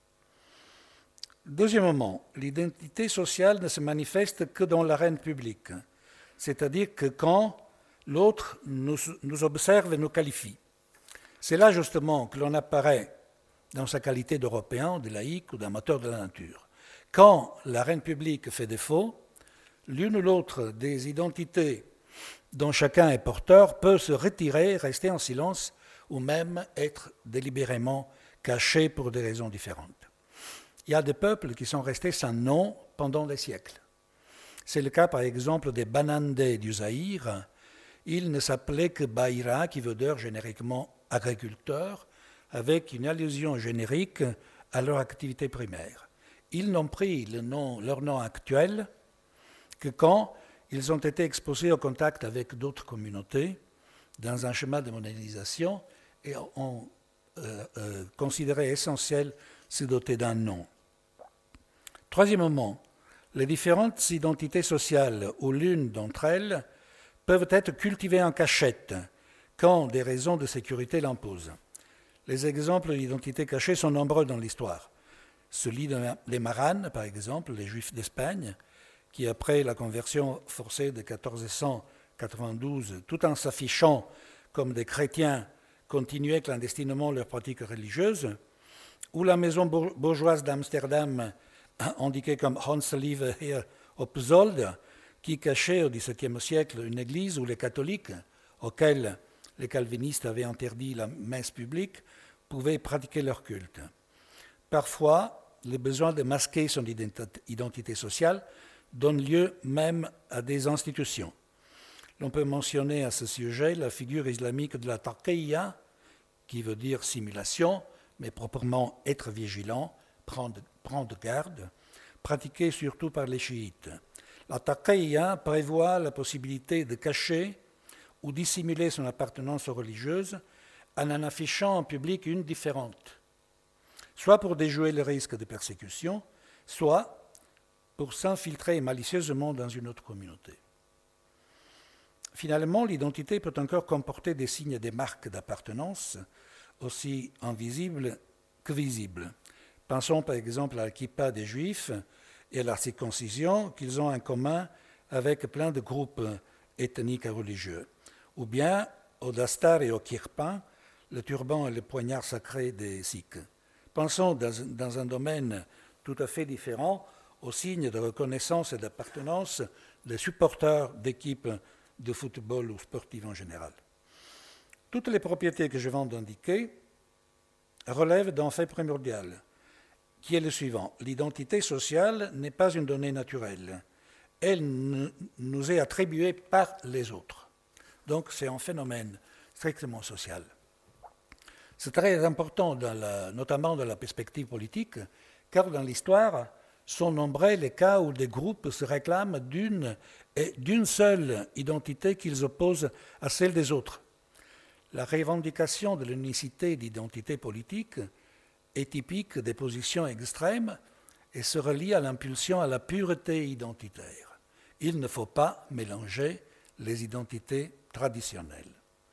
Deuxièmement, l'identité sociale ne se manifeste que dans l'arène publique, c'est-à-dire que quand l'autre nous, nous observe et nous qualifie. C'est là justement que l'on apparaît dans sa qualité d'Européen, de laïc ou d'amateur de la nature. Quand l'arène publique fait défaut, l'une ou l'autre des identités dont chacun est porteur peut se retirer, rester en silence ou même être délibérément caché pour des raisons différentes. Il y a des peuples qui sont restés sans nom pendant des siècles. C'est le cas par exemple des Banandés du Zaïre. Ils ne s'appelaient que Baïra, qui veut dire génériquement agriculteurs, avec une allusion générique à leur activité primaire. Ils n'ont pris le nom, leur nom actuel que quand ils ont été exposés au contact avec d'autres communautés dans un schéma de modernisation et ont euh, euh, considéré essentiel se doter d'un nom. Troisièmement, les différentes identités sociales ou l'une d'entre elles peuvent être cultivées en cachette quand des raisons de sécurité l'imposent. Les exemples d'identité cachée sont nombreux dans l'histoire. Celui des Maranes, par exemple, les Juifs d'Espagne, qui après la conversion forcée de quatorze cent quatre-vingt-douze, tout en s'affichant comme des chrétiens, continuaient clandestinement leurs pratiques religieuses, ou la maison bourgeoise d'Amsterdam, indiquée comme Hans Lieve Heer op Zolder, qui cachait au dix-septième siècle une église où les catholiques, auxquels les calvinistes avaient interdit la messe publique, pouvaient pratiquer leur culte. Parfois, le besoin de masquer son identité sociale donne lieu même à des institutions. L'on peut mentionner à ce sujet la figure islamique de la taqiyya, qui veut dire simulation, mais proprement être vigilant, prendre, prendre garde, pratiquée surtout par les chiites. La taqiyya prévoit la possibilité de cacher ou dissimuler son appartenance religieuse en en affichant en public une différente, soit pour déjouer le risque de persécution, soit pour s'infiltrer malicieusement dans une autre communauté. Finalement, l'identité peut encore comporter des signes et des marques d'appartenance, aussi invisibles que visibles. Pensons par exemple à la kippa des Juifs et à la circoncision qu'ils ont en commun avec plein de groupes ethniques et religieux, ou bien au dastar et au kirpan, le turban et le poignard sacré des Sikhs. Pensons dans, dans un domaine tout à fait différent aux signes de reconnaissance et d'appartenance des supporters d'équipes de football ou sportives en général. Toutes les propriétés que je viens d'indiquer relèvent d'un fait primordial, qui est le suivant. L'identité sociale n'est pas une donnée naturelle. elle nous est attribuée par les autres. Donc c'est un phénomène strictement social. C'est très important, dans la, notamment dans la perspective politique, car dans l'histoire, sont nombreux les cas où des groupes se réclament d'une et d'une seule identité qu'ils opposent à celle des autres. La revendication de l'unicité d'identité politique est typique des positions extrêmes et se relie à l'impulsion à la pureté identitaire. Il ne faut pas mélanger les identités traditionnelles.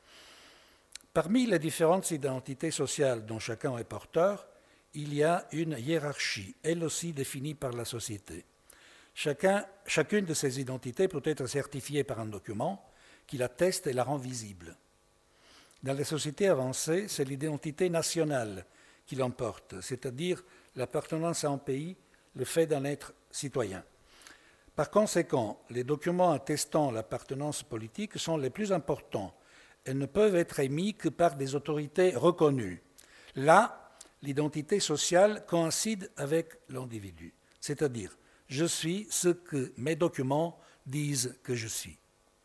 Parmi les différentes identités sociales dont chacun est porteur, il y a une hiérarchie, elle aussi définie par la société. Chacun, chacune de ces identités peut être certifiée par un document qui l'atteste et la rend visible. Dans les sociétés avancées, c'est l'identité nationale qui l'emporte, c'est-à-dire l'appartenance à un pays, le fait d'en être citoyen. Par conséquent, les documents attestant l'appartenance politique sont les plus importants et ne peuvent être émis que par des autorités reconnues. Là, l'identité sociale coïncide avec l'individu, c'est-à-dire je suis ce que mes documents disent que je suis.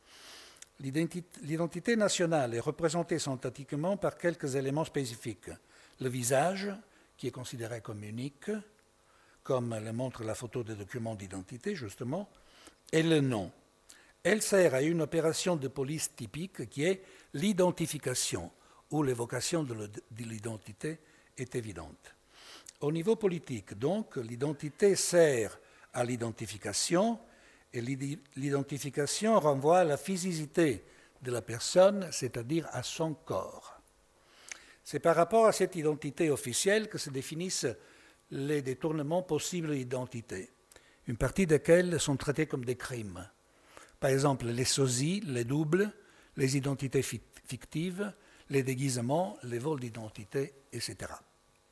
L'identité nationale est représentée synthétiquement par quelques éléments spécifiques. Le visage, qui est considéré comme unique, comme le montre la photo des documents d'identité, justement, et le nom. Elle sert à une opération de police typique qui est l'identification, où l'évocation de l'identité est évidente. Au niveau politique, donc, l'identité sert à l'identification et l'identification renvoie à la physicité de la personne, c'est-à-dire à son corps. C'est par rapport à cette identité officielle que se définissent les détournements possibles d'identité, une partie desquels sont traités comme des crimes. Par exemple, les sosies, les doubles, les identités fictives, les déguisements, les vols d'identité, et cetera.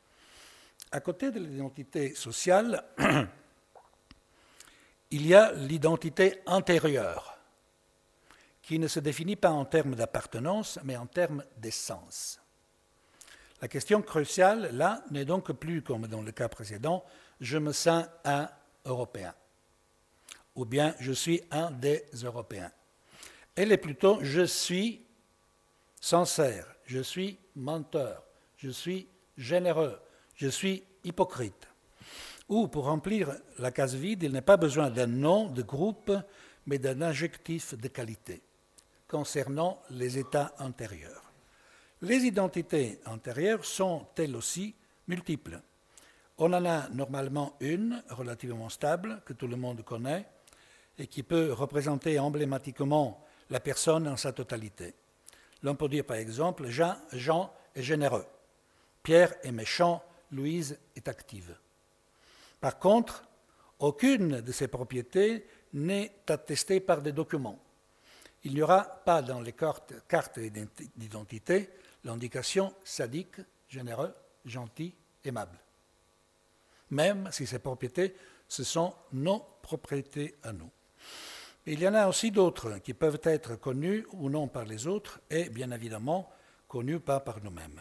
À côté de l'identité sociale, il y a l'identité intérieure, qui ne se définit pas en termes d'appartenance, mais en termes d'essence. La question cruciale, là, n'est donc plus, comme dans le cas précédent, je me sens un Européen, ou bien je suis un des Européens. Elle est plutôt je suis sincère, je suis menteur, je suis généreux, je suis hypocrite. Ou, pour remplir la case vide, il n'est pas besoin d'un nom de groupe, mais d'un adjectif de qualité, concernant les états intérieurs. Les identités antérieures sont, elles aussi, multiples. On en a normalement une, relativement stable, que tout le monde connaît, et qui peut représenter emblématiquement la personne en sa totalité. L'on peut dire par exemple, Jean, Jean est généreux, Pierre est méchant, Louise est active. Par contre, aucune de ces propriétés n'est attestée par des documents. Il n'y aura pas dans les cartes, cartes d'identité l'indication sadique, généreux, gentil, aimable. Même si ces propriétés, ce sont nos propriétés à nous. Et il y en a aussi d'autres qui peuvent être connues ou non par les autres et bien évidemment connues pas par nous-mêmes.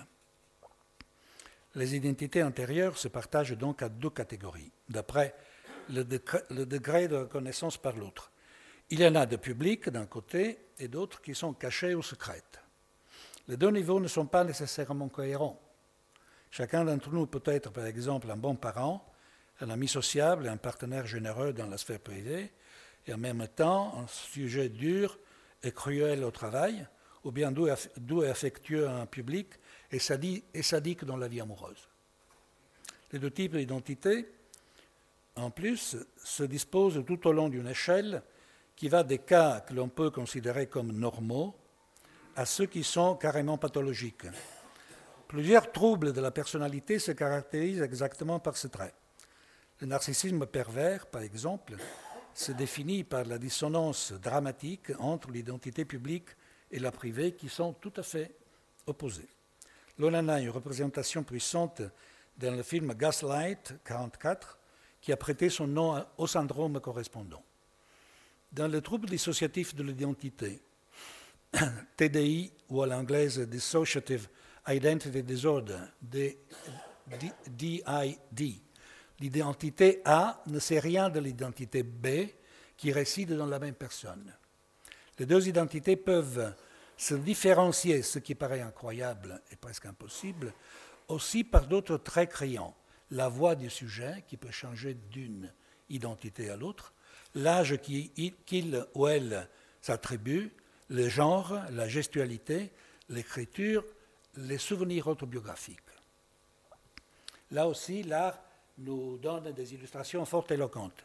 Les identités antérieures se partagent donc à deux catégories, d'après le, le degré de reconnaissance par l'autre. Il y en a de publiques d'un côté et d'autres qui sont cachées ou secrètes. Les deux niveaux ne sont pas nécessairement cohérents. Chacun d'entre nous peut être, par exemple, un bon parent, un ami sociable et un partenaire généreux dans la sphère privée, et en même temps un sujet dur et cruel au travail, ou bien doux et affectueux en public et sadique dans la vie amoureuse. Les deux types d'identité, en plus, se disposent tout au long d'une échelle qui va des cas que l'on peut considérer comme normaux à ceux qui sont carrément pathologiques. Plusieurs troubles de la personnalité se caractérisent exactement par ce trait. Le narcissisme pervers, par exemple, se définit par la dissonance dramatique entre l'identité publique et la privée qui sont tout à fait opposées. L'on en a une représentation puissante dans le film Gaslight, mille neuf cent quarante-quatre, qui a prêté son nom au syndrome correspondant. Dans le trouble dissociatif de l'identité, T D I ou à l'anglaise Dissociative Identity Disorder, D I D, l'identité A ne sait rien de l'identité B qui résident dans la même personne. Les deux identités peuvent se différencier, ce qui paraît incroyable et presque impossible, aussi par d'autres traits criants. La voix du sujet, qui peut changer d'une identité à l'autre, l'âge qu'il ou elle s'attribue, le genre, la gestualité, l'écriture, les souvenirs autobiographiques. Là aussi, l'art nous donne des illustrations fort éloquentes.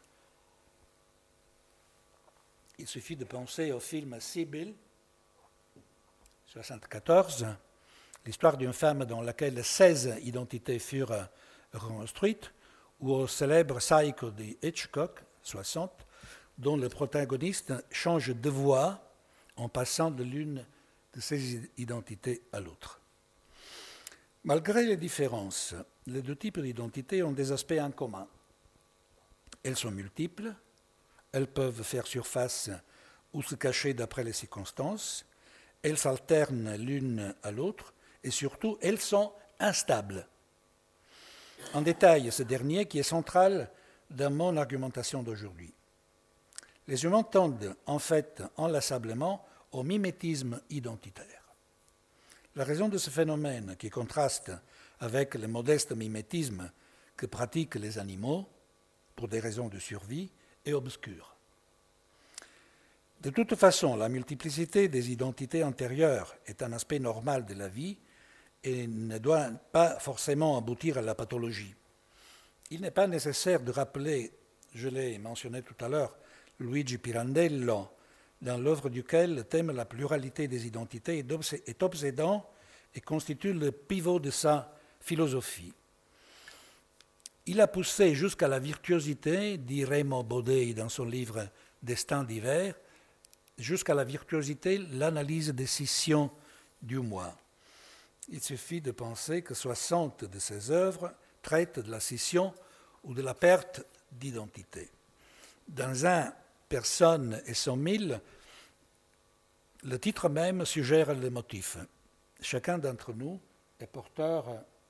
Il suffit de penser au film Sibylle, soixante-quatorze, l'histoire d'une femme dans laquelle seize identités furent reconstruites, ou au célèbre Psycho de Hitchcock, soixante, dont le protagoniste change de voix en passant de l'une de ses identités à l'autre. Malgré les différences, les deux types d'identités ont des aspects en commun. Elles sont multiples, elles peuvent faire surface ou se cacher d'après les circonstances, elles s'alternent l'une à l'autre et surtout, elles sont instables. En détail, ce dernier qui est central dans mon argumentation d'aujourd'hui. Les humains tendent en fait inlassablement au mimétisme identitaire. La raison de ce phénomène, qui contraste avec le modeste mimétisme que pratiquent les animaux pour des raisons de survie, est obscure. De toute façon, la multiplicité des identités antérieures est un aspect normal de la vie et ne doit pas forcément aboutir à la pathologie. Il n'est pas nécessaire de rappeler, je l'ai mentionné tout à l'heure, Luigi Pirandello, dans l'œuvre duquel le thème de la pluralité des identités est obsédant et constitue le pivot de sa philosophie. Il a poussé jusqu'à la virtuosité, dit Raymond Baudet dans son livre Destin d'hiver, jusqu'à la virtuosité l'analyse des scissions du moi. Il suffit de penser que soixante de ses œuvres traitent de la scission ou de la perte d'identité. Dans un Personne et son mille, le titre même suggère le motif. Chacun d'entre nous est porteur,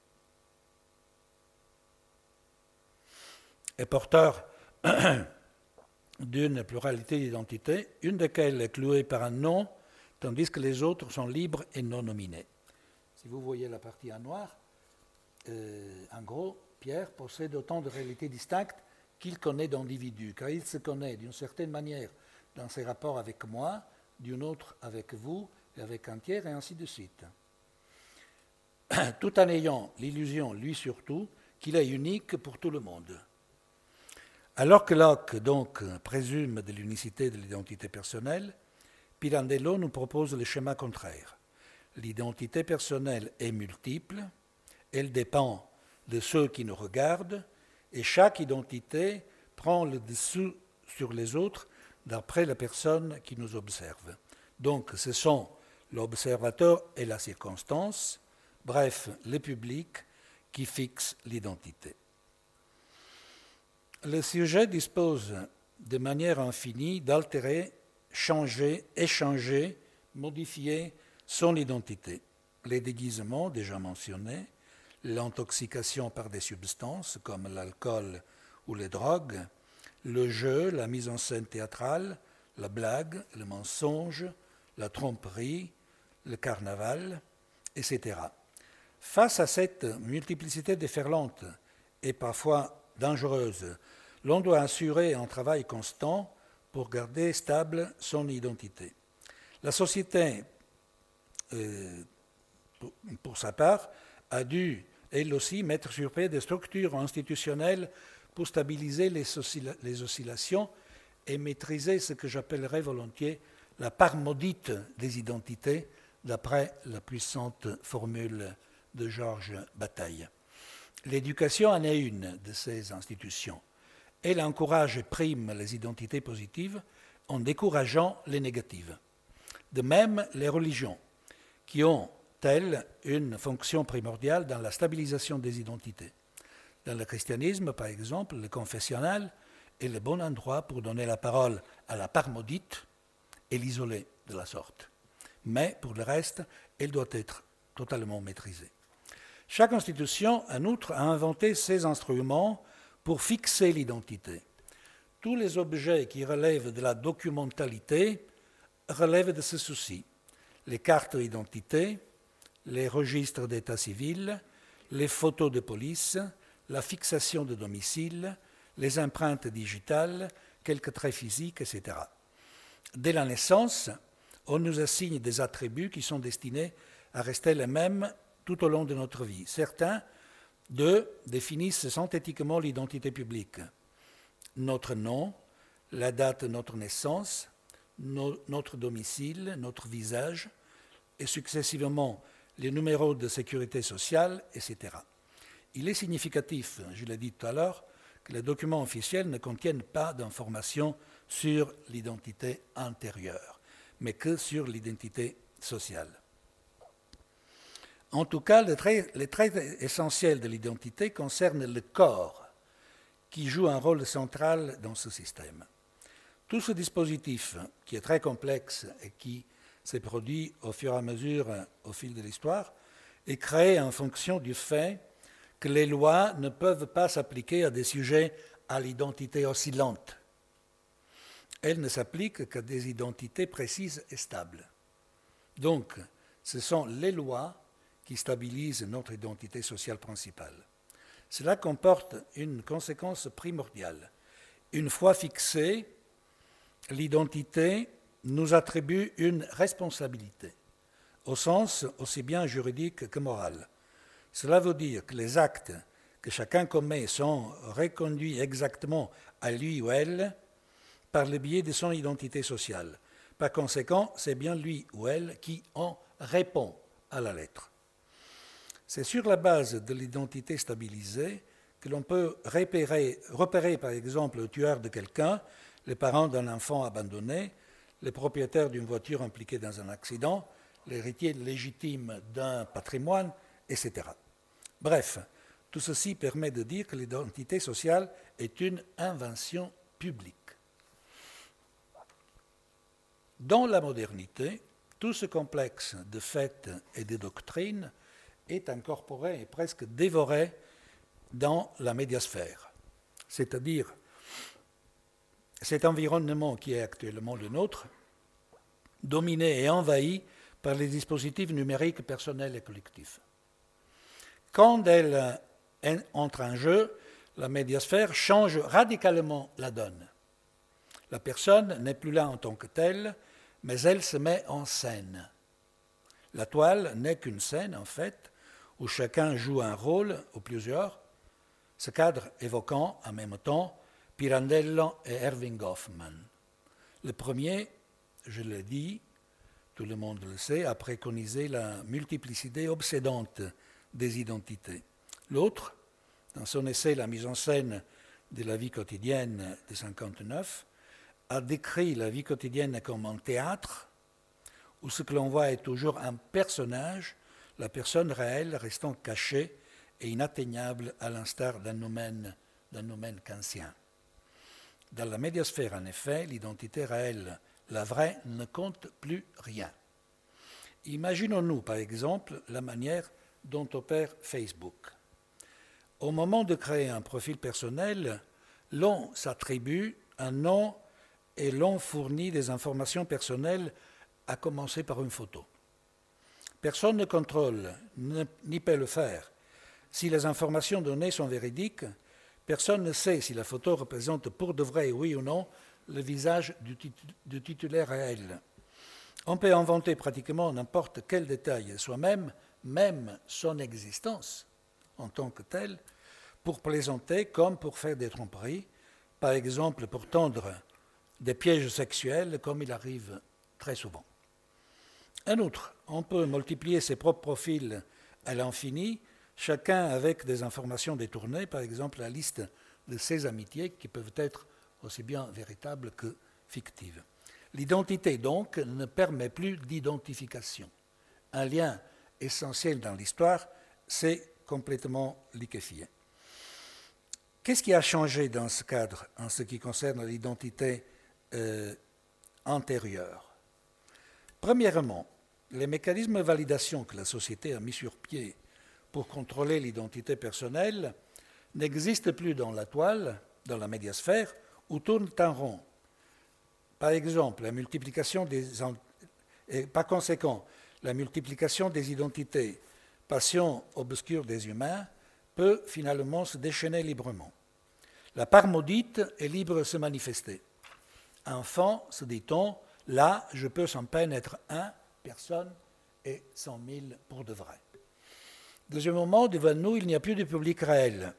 est porteur d'une pluralité d'identités, une desquelles est clouée par un nom, tandis que les autres sont libres et non nominés. Si vous voyez la partie en noir, euh, en gros, Pierre possède autant de réalités distinctes qu'il connaît d'individus, car il se connaît d'une certaine manière dans ses rapports avec moi, d'une autre avec vous, et avec un tiers, et ainsi de suite. Tout en ayant l'illusion, lui surtout, qu'il est unique pour tout le monde. Alors que Locke, donc, présume de l'unicité de l'identité personnelle, Pirandello nous propose le schéma contraire. L'identité personnelle est multiple, elle dépend de ceux qui nous regardent, et chaque identité prend le dessus sur les autres d'après la personne qui nous observe. Donc ce sont l'observateur et la circonstance, bref, le public qui fixe l'identité. Le sujet dispose de manière infinie d'altérer, changer, échanger, modifier son identité. Les déguisements déjà mentionnés, l'intoxication par des substances comme l'alcool ou les drogues, le jeu, la mise en scène théâtrale, la blague, le mensonge, la tromperie, le carnaval, et cetera. Face à cette multiplicité déferlante et parfois dangereuse, l'on doit assurer un travail constant pour garder stable son identité. La société, euh, pour, pour sa part, a dû elle aussi mettre sur pied des structures institutionnelles pour stabiliser les, oscilla- les oscillations et maîtriser ce que j'appellerais volontiers la part maudite des identités, d'après la puissante formule de Georges Bataille. L'éducation en est une de ces institutions. Elle encourage et prime les identités positives en décourageant les négatives. De même, les religions, qui ont telle une fonction primordiale dans la stabilisation des identités. Dans le christianisme, par exemple, le confessionnal est le bon endroit pour donner la parole à la part maudite et l'isoler de la sorte. Mais, pour le reste, elle doit être totalement maîtrisée. Chaque institution, en outre, a inventé ses instruments pour fixer l'identité. tous les objets qui relèvent de la documentalité relèvent de ce souci. Les cartes d'identité, les registres d'état civil, les photos de police, la fixation de domicile, les empreintes digitales, quelques traits physiques, et cetera. Dès la naissance, on nous assigne des attributs qui sont destinés à rester les mêmes tout au long de notre vie. Certains d'eux définissent synthétiquement l'identité publique. Notre nom, la date de notre naissance, no, notre domicile, notre visage, et successivement les numéros de sécurité sociale, et cetera. Il est significatif, je l'ai dit tout à l'heure, que les documents officiels ne contiennent pas d'informations sur l'identité antérieure, mais que sur l'identité sociale. En tout cas, les traits, les traits essentiels de l'identité concernent le corps, qui joue un rôle central dans ce système. Tout ce dispositif, qui est très complexe et qui s'est produit au fur et à mesure, au fil de l'histoire, est créé en fonction du fait que les lois ne peuvent pas s'appliquer à des sujets à l'identité oscillante. Elles ne s'appliquent qu'à des identités précises et stables. Donc, ce sont les lois qui stabilisent notre identité sociale principale. Cela comporte une conséquence primordiale. Une fois fixée, l'identité nous attribue une responsabilité, au sens aussi bien juridique que moral. Cela veut dire que les actes que chacun commet sont reconduits exactement à lui ou elle par le biais de son identité sociale. Par conséquent, c'est bien lui ou elle qui en répond à la lettre. C'est sur la base de l'identité stabilisée que l'on peut repérer, repérer par exemple le tueur de quelqu'un, les parents d'un enfant abandonné, les propriétaires d'une voiture impliquée dans un accident, l'héritier légitime d'un patrimoine, et cetera. Bref, tout ceci permet de dire que l'identité sociale est une invention publique. Dans la modernité, tout ce complexe de faits et de doctrines est incorporé et presque dévoré dans la médiasphère, c'est-à-dire cet environnement qui est actuellement le nôtre, dominé et envahi par les dispositifs numériques personnels et collectifs. Quand elle entre en jeu, la médiasphère change radicalement la donne. La personne n'est plus là en tant que telle, mais elle se met en scène. La toile n'est qu'une scène, en fait, où chacun joue un rôle, ou plusieurs, ce cadre évoquant en même temps Pirandello et Erving Goffman. Le premier, je l'ai dit, tout le monde le sait, a préconisé la multiplicité obsédante des identités. L'autre, dans son essai La mise en scène de la vie quotidienne de mille neuf cent cinquante-neuf, a décrit la vie quotidienne comme un théâtre où ce que l'on voit est toujours un personnage, la personne réelle restant cachée et inatteignable à l'instar d'un nomen, d'un nomen kantien. Dans la médiasphère, en effet, l'identité réelle, la vraie, ne compte plus rien. Imaginons-nous, par exemple, la manière dont opère Facebook. Au moment de créer un profil personnel, l'on s'attribue un nom et l'on fournit des informations personnelles, à commencer par une photo. Personne ne contrôle, ni peut le faire. Si les informations données sont véridiques, personne ne sait si la photo représente pour de vrai, oui ou non, le visage du, titu- du titulaire réel. On peut inventer pratiquement n'importe quel détail, soi-même, même son existence en tant que telle, pour plaisanter comme pour faire des tromperies, par exemple pour tendre des pièges sexuels, comme il arrive très souvent. En outre, on peut multiplier ses propres profils à l'infini, chacun avec des informations détournées, par exemple la liste de ses amitiés qui peuvent être aussi bien véritables que fictives. L'identité, donc, ne permet plus d'identification. Un lien essentiel dans l'histoire s'est complètement liquéfié. Qu'est-ce qui a changé dans ce cadre en ce qui concerne l'identité euh, antérieure ? Premièrement, les mécanismes de validation que la société a mis sur pied pour contrôler l'identité personnelle n'existent plus dans la toile, dans la médiasphère, ou tournent en rond. Par exemple, la multiplication des, et par conséquent, la multiplication des identités, passion obscure des humains, peut finalement se déchaîner librement. La part maudite est libre de se manifester. Enfant, se dit-on, là, je peux sans peine être un, personne, et cent mille pour de vrai. Deuxièmement, devant nous, il n'y a plus de public réel.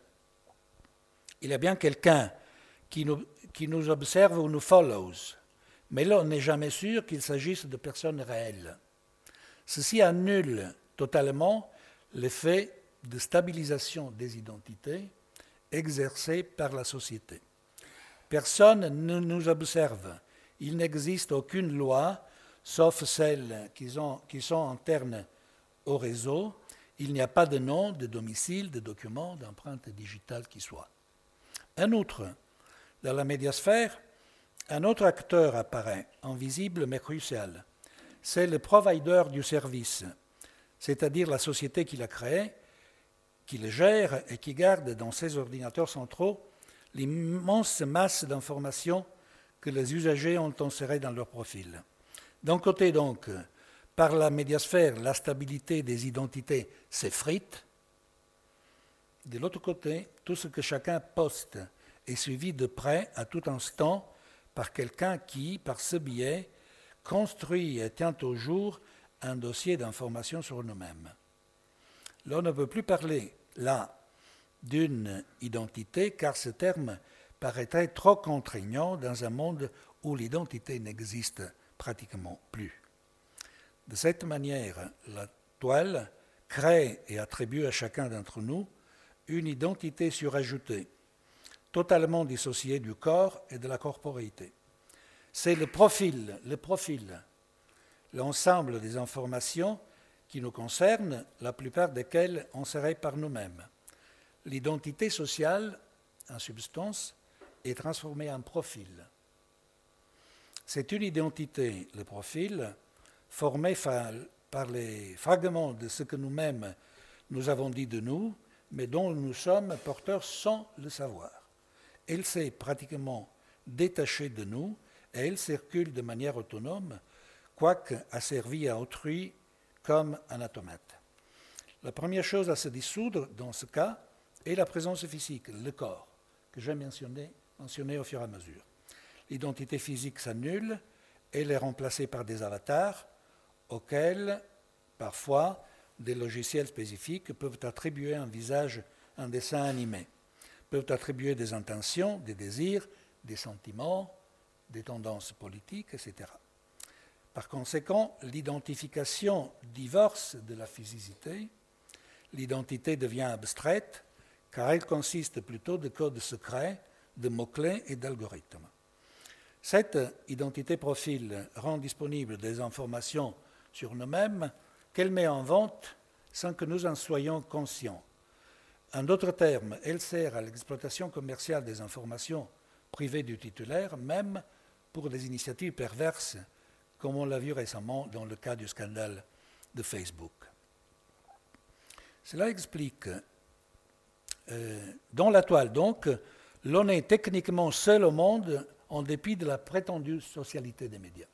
Il y a bien quelqu'un qui nous, qui nous observe ou nous follows, mais là, on n'est jamais sûr qu'il s'agisse de personnes réelles. Ceci annule totalement l'effet de stabilisation des identités exercé par la société. Personne ne nous observe. Il n'existe aucune loi, sauf celles qui sont, qui sont internes au réseau. Il n'y a pas de nom, de domicile, de document, d'empreinte digitale qui soit. En outre, dans la médiasphère, un autre acteur apparaît, invisible mais crucial. C'est le provider du service, c'est-à-dire la société qui l'a créé, qui le gère et qui garde dans ses ordinateurs centraux l'immense masse d'informations que les usagers ont insérées dans leur profil. D'un côté donc, par la médiasphère, la stabilité des identités s'effrite. De l'autre côté, tout ce que chacun poste est suivi de près à tout instant par quelqu'un qui, par ce biais, construit et tient au jour un dossier d'information sur nous-mêmes. Là, on ne peut plus parler, là, d'une identité, car ce terme paraîtrait trop contraignant dans un monde où l'identité n'existe pratiquement plus. De cette manière, la toile crée et attribue à chacun d'entre nous une identité surajoutée, totalement dissociée du corps et de la corporéité. C'est le profil, le profil, l'ensemble des informations qui nous concernent, la plupart desquelles insérées par nous-mêmes. L'identité sociale, en substance, est transformée en profil. C'est une identité, le profil, formée par les fragments de ce que nous-mêmes nous avons dit de nous, mais dont nous sommes porteurs sans le savoir. Elle s'est pratiquement détachée de nous et elle circule de manière autonome, quoique asservie à autrui comme un automate. La première chose à se dissoudre dans ce cas est la présence physique, le corps, que j'ai mentionné, mentionné au fur et à mesure. L'identité physique s'annule, elle est remplacée par des avatars auxquels, parfois, des logiciels spécifiques peuvent attribuer un visage, un dessin animé, peuvent attribuer des intentions, des désirs, des sentiments, des tendances politiques, et cetera. Par conséquent, l'identification divorce de la physicité, l'identité devient abstraite, car elle consiste plutôt de codes secrets, de mots-clés et d'algorithmes. Cette identité profil rend disponibles des informations sur nous-mêmes qu'elle met en vente sans que nous en soyons conscients. En d'autres termes, elle sert à l'exploitation commerciale des informations privées du titulaire, même pour des initiatives perverses, comme on l'a vu récemment dans le cas du scandale de Facebook. Cela explique, euh, dans la toile donc, l'on est techniquement seul au monde en dépit de la prétendue socialité des médias.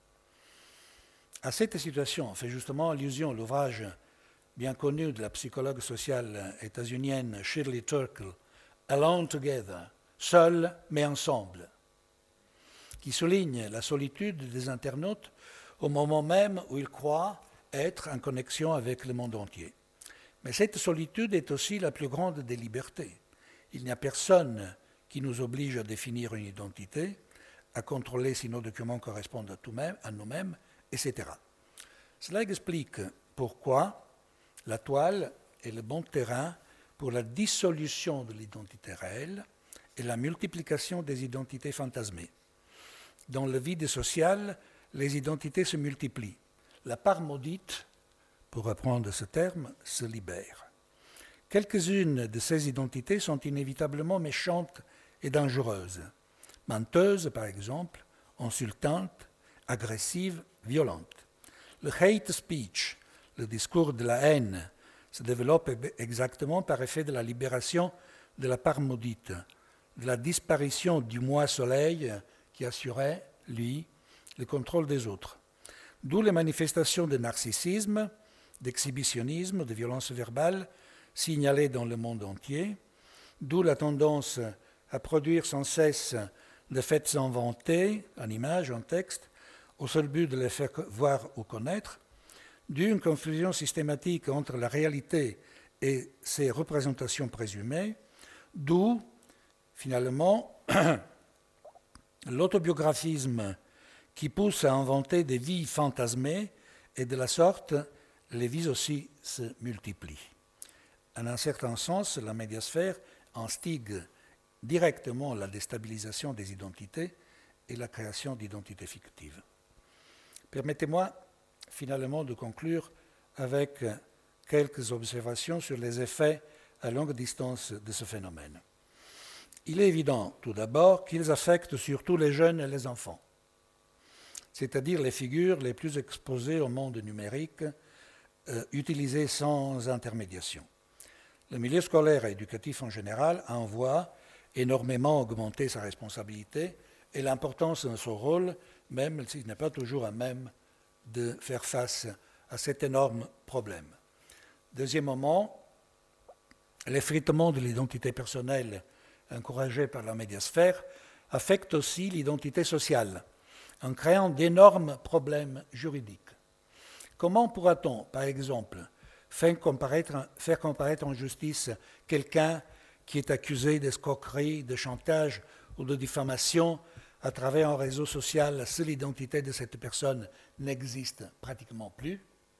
À cette situation fait justement allusion l'ouvrage bien connu de la psychologue sociale états-unienne Shirley Turkle, Alone Together, seul mais ensemble, qui souligne la solitude des internautes au moment même où ils croient être en connexion avec le monde entier. Mais cette solitude est aussi la plus grande des libertés. Il n'y a personne qui nous oblige à définir une identité, à contrôler si nos documents correspondent à, tout même, à nous-mêmes, et cetera. Cela explique pourquoi la toile est le bon terrain pour la dissolution de l'identité réelle et la multiplication des identités fantasmées. Dans le vide social, les identités se multiplient. La part maudite, pour reprendre ce terme, se libère. Quelques-unes de ces identités sont inévitablement méchantes et dangereuses. Menteuses, par exemple, insultantes, agressives, violentes. Le hate speech, le discours de la haine, se développe exactement par effet de la libération de la part maudite, de la disparition du moi-soleil qui assurait, lui, le contrôle des autres. D'où les manifestations de narcissisme, d'exhibitionnisme, de violence verbale signalées dans le monde entier, d'où la tendance à produire sans cesse des faits inventés, en images, en texte, au seul but de les faire voir ou connaître, d'une confusion systématique entre la réalité et ses représentations présumées, d'où, finalement, l'autobiographisme qui pousse à inventer des vies fantasmées, et de la sorte, les vies aussi se multiplient. En un certain sens, la médiasphère instigue directement la déstabilisation des identités et la création d'identités fictives. Permettez-moi finalement de conclure avec quelques observations sur les effets à longue distance de ce phénomène. Il est évident tout d'abord qu'ils affectent surtout les jeunes et les enfants, c'est-à-dire les figures les plus exposées au monde numérique, euh, utilisées sans intermédiation. Le milieu scolaire et éducatif en général en voit énormément augmenter sa responsabilité et l'importance de son rôle, même s'il n'est pas toujours à même de faire face à cet énorme problème. Deuxièmement, l'effritement de l'identité personnelle encouragé par la médiasphère affecte aussi l'identité sociale, en créant d'énormes problèmes juridiques. Comment pourra-t-on, par exemple, faire comparaître, faire comparaître en justice quelqu'un qui est accusé d'escroquerie, de chantage ou de diffamation à travers un réseau social si l'identité de cette personne n'existe pratiquement plus?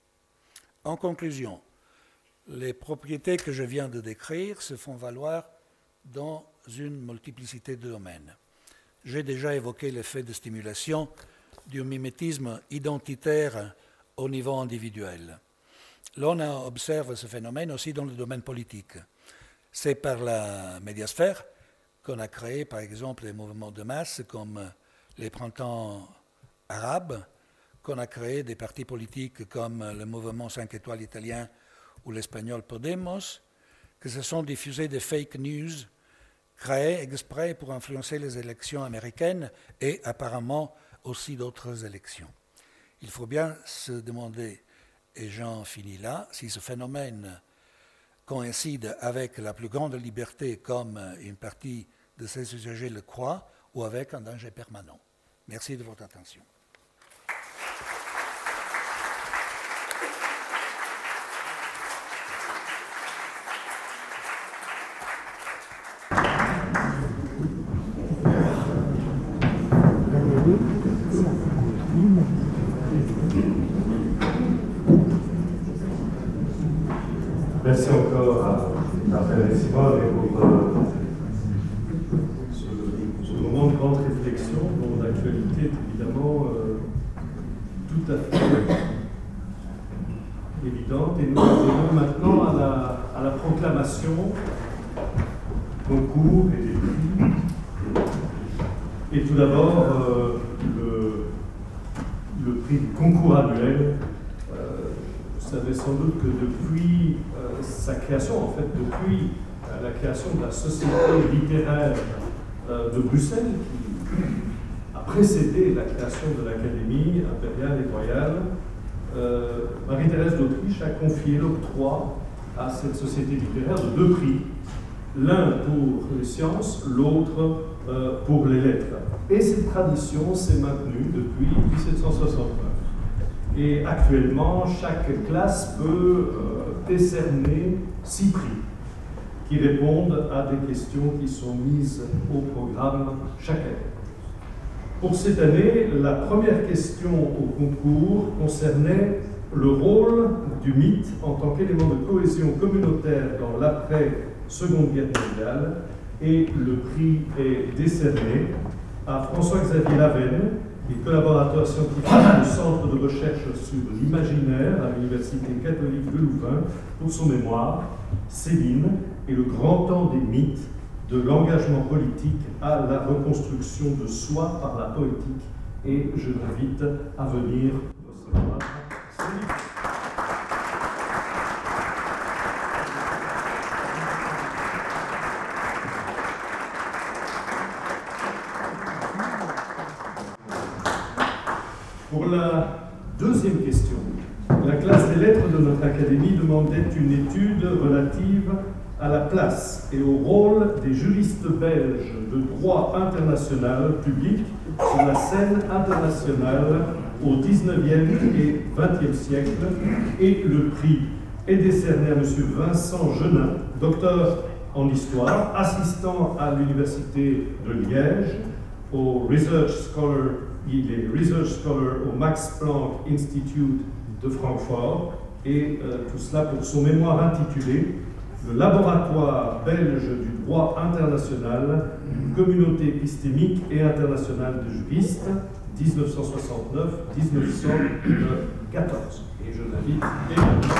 En conclusion, les propriétés que je viens de décrire se font valoir dans une multiplicité de domaines. J'ai déjà évoqué l'effet de stimulation du mimétisme identitaire au niveau individuel. L'on observe ce phénomène aussi dans le domaine politique. C'est par la médiasphère qu'on a créé, par exemple, des mouvements de masse comme les printemps arabes, qu'on a créé des partis politiques comme le mouvement cinq étoiles italien ou l'espagnol Podemos, que se sont diffusés des fake news créés exprès pour influencer les élections américaines et apparemment aussi d'autres élections. Il faut bien se demander, et j'en finis là, si ce phénomène coïncide avec la plus grande liberté comme une partie de ses usagers le croient ou avec un danger permanent. Merci de votre attention. Merci encore à Raphaël et Simone pour euh, ce, ce moment de grande réflexion dont l'actualité est évidemment euh, tout à fait évidente. Et nous arrivons maintenant à la, à la proclamation, concours et des prix. Et tout d'abord, euh, le, le prix du concours annuel. Vous savez sans doute que depuis euh, sa création, en fait, depuis euh, la création de la Société littéraire euh, de Bruxelles, qui a précédé la création de l'Académie impériale et royale, euh, Marie-Thérèse d'Autriche a confié l'octroi à cette Société littéraire de deux prix, l'un pour les sciences, l'autre euh, pour les lettres. Et cette tradition s'est maintenue depuis dix-sept cent soixante-neuf. Et actuellement, chaque classe peut euh, décerner six prix qui répondent à des questions qui sont mises au programme chaque année. Pour cette année, la première question au concours concernait le rôle du mythe en tant qu'élément de cohésion communautaire dans l'après-Seconde Guerre mondiale, et le prix est décerné à François-Xavier Lavenne, qui est collaborateur scientifique du Centre de recherche sur l'imaginaire à l'Université catholique de Louvain, pour son mémoire « Céline et le grand temps des mythes, de l'engagement politique à la reconstruction de soi par la poétique ». Et je l'invite à venir recevoir Céline. Pour la deuxième question, la classe des lettres de notre académie demandait une étude relative à la place et au rôle des juristes belges de droit international public sur la scène internationale au dix-neuvième et vingtième siècle, et le prix est décerné à M. Vincent Genin, docteur en histoire, assistant à l'Université de Liège, au Research Scholar, il est Research Scholar au Max Planck Institute de Francfort, et euh, tout cela pour son mémoire intitulé « Le laboratoire belge du droit international, une communauté épistémique et internationale de juristes, dix-neuf cent soixante-neuf à dix-neuf cent quatorze ». Et je l'invite également.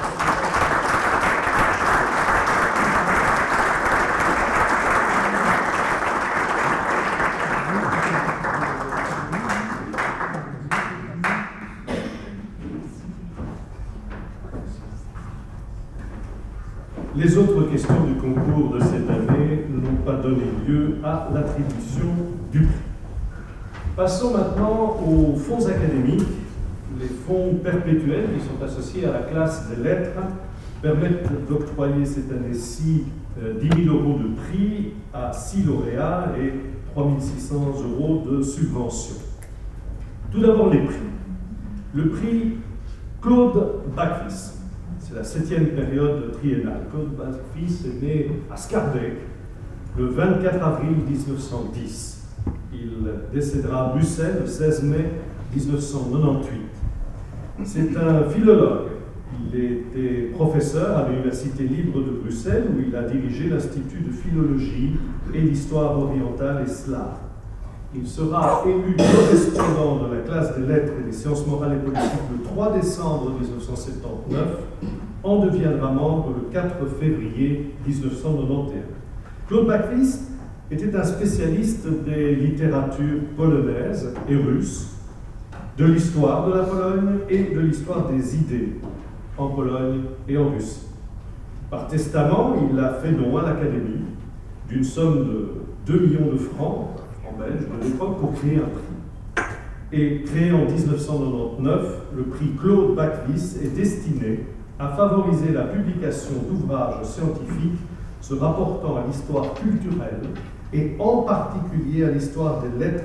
Les autres questions du concours de cette année n'ont pas donné lieu à l'attribution du prix. Passons maintenant aux fonds académiques. Les fonds perpétuels qui sont associés à la classe des lettres permettent d'octroyer cette année-ci euh, dix mille euros de prix à six lauréats et trois mille six cents euros de subvention. Tout d'abord les prix. Le prix Claude Bacchus. C'est la septième période triennale. Claude Bacchus est né à Schaerbeek le vingt-quatre avril mille neuf cent dix. Il décédera à Bruxelles le seize mai mille neuf cent quatre-vingt-dix-huit. C'est un philologue. Il était professeur à l'Université libre de Bruxelles où il a dirigé l'Institut de philologie et d'histoire orientale et slave. Il sera élu correspondant de la classe des lettres et des sciences morales et politiques le trois décembre mille neuf cent soixante-dix-neuf, en deviendra membre le quatre février mille neuf cent quatre-vingt-onze. Claude Bacchus était un spécialiste des littératures polonaises et russes, de l'histoire de la Pologne et de l'histoire des idées en Pologne et en Russie. Par testament, il a fait don à l'Académie d'une somme de deux millions de francs belge de l'époque pour créer un prix. Et créé en mille neuf cent quatre-vingt-dix-neuf, le prix Claude Bacchus est destiné à favoriser la publication d'ouvrages scientifiques se rapportant à l'histoire culturelle et en particulier à l'histoire des lettres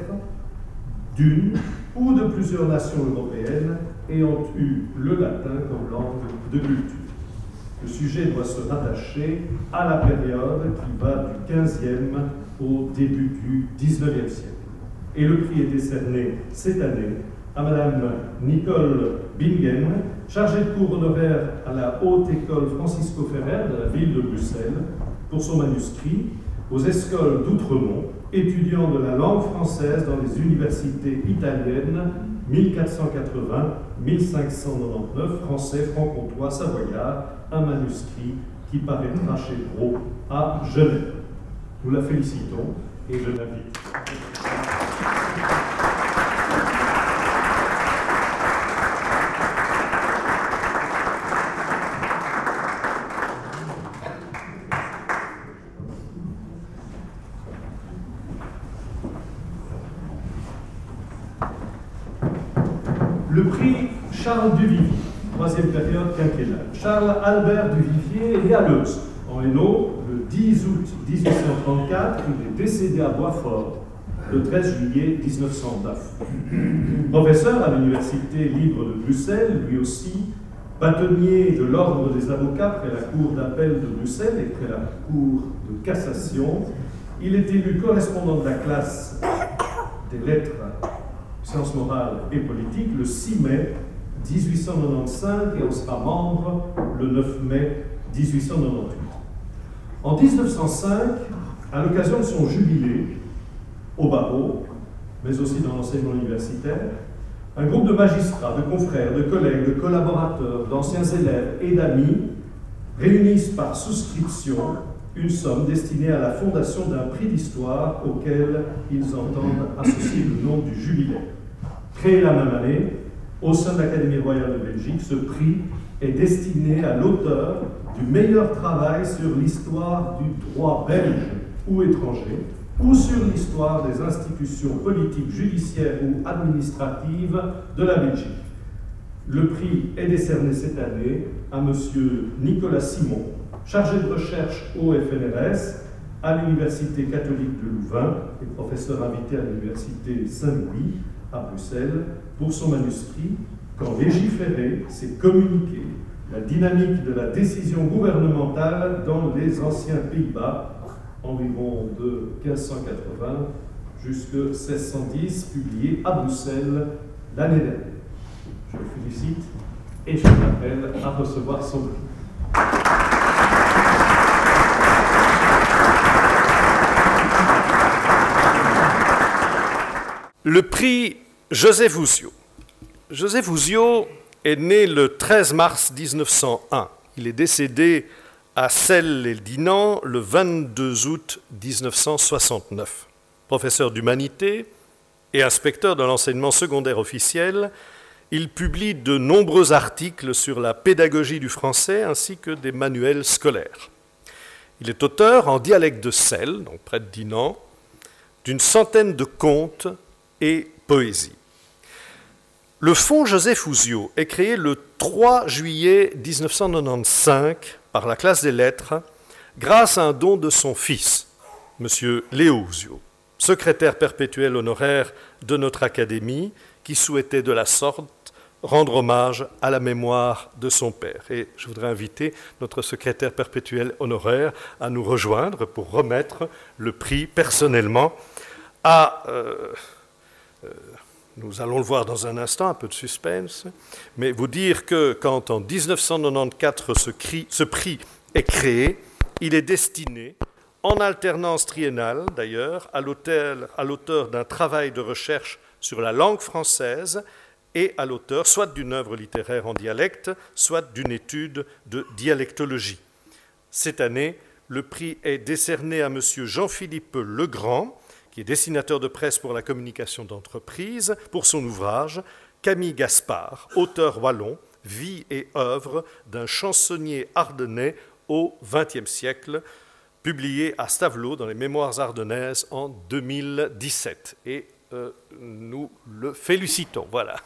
d'une ou de plusieurs nations européennes ayant eu le latin comme langue de culture. Le sujet doit se rattacher à la période qui va du quinzième au début du dix-neuvième siècle. Et le prix est décerné cette année à Madame Nicole Bingen, chargée de cours honoraire à la Haute École Francisco Ferrer de la ville de Bruxelles, pour son manuscrit aux écoles d'Outremont, étudiant de la langue française dans les universités italiennes mille quatre cent quatre-vingts à mille cinq cent quatre-vingt-dix-neuf, français, franc-comtois, savoyard, un manuscrit qui paraîtra chez Gros à Genève. Nous la félicitons et je l'invite. Le prix Charles Duvivier, troisième période quinquennale. Charles Albert Duvivier est né à Leuze, en Hainaut, le dix août mille huit cent trente-quatre. Il est décédé à Boisfort le treize juillet mille neuf cent neuf. Professeur à l'Université libre de Bruxelles, lui aussi, bâtonnier de l'ordre des avocats près la cour d'appel de Bruxelles et près la cour de cassation, il est élu correspondant de la classe des lettres, sciences morales et politiques le six mai mille huit cent quatre-vingt-quinze et en sera membre le neuf mai mille huit cent quatre-vingt-dix-huit. En mille neuf cent cinq, à l'occasion de son jubilé au barreau, mais aussi dans l'enseignement universitaire, un groupe de magistrats, de confrères, de collègues, de collaborateurs, d'anciens élèves et d'amis réunissent par souscription une somme destinée à la fondation d'un prix d'histoire auquel ils entendent associer le nom du jubilaire. Créé la même année, au sein de l'Académie royale de Belgique, ce prix est destiné à l'auteur du meilleur travail sur l'histoire du droit belge ou étranger, ou sur l'histoire des institutions politiques, judiciaires ou administratives de la Belgique. Le prix est décerné cette année à M. Nicolas Simon, chargé de recherche au F N R S, à l'Université catholique de Louvain et professeur invité à l'Université Saint-Louis à Bruxelles, pour son manuscrit « Quand légiférer, c'est communiquer, la dynamique de la décision gouvernementale dans les anciens Pays-Bas », environ de quinze cent quatre-vingts jusqu'en seize cent dix, publié à Bruxelles l'année dernière. Je le félicite et je l'appelle à recevoir son prix. Le prix Joseph Ouzio. Joseph Ouzio est né le treize mars mille neuf cent un. Il est décédé à Celles-les-Dinant le vingt-deux août mille neuf cent soixante-neuf. Professeur d'humanité et inspecteur de l'enseignement secondaire officiel, il publie de nombreux articles sur la pédagogie du français ainsi que des manuels scolaires. Il est auteur en dialecte de Celles, donc près de Dinant, d'une centaine de contes et poésie. Le Fonds Joseph Ouzio est créé le trois juillet mille neuf cent quatre-vingt-quinze par la classe des lettres grâce à un don de son fils, M. Léo Ouzio, secrétaire perpétuel honoraire de notre Académie, qui souhaitait de la sorte rendre hommage à la mémoire de son père. Et je voudrais inviter notre secrétaire perpétuel honoraire à nous rejoindre pour remettre le prix personnellement à... Euh, euh, nous allons le voir dans un instant, un peu de suspense, mais vous dire que quand en mille neuf cent quatre-vingt-quatorze ce, cri, ce prix est créé, il est destiné, en alternance triennale d'ailleurs, à l'auteur, à l'auteur d'un travail de recherche sur la langue française et à l'auteur soit d'une œuvre littéraire en dialecte, soit d'une étude de dialectologie. Cette année, le prix est décerné à M. Jean-Philippe Legrand, qui est dessinateur de presse pour la communication d'entreprise, pour son ouvrage « Camille Gaspard, auteur wallon, vie et œuvre d'un chansonnier ardennais au vingtième siècle », publié à Stavelot dans les Mémoires ardennaises en deux mille dix-sept. Et euh, nous le félicitons. Voilà.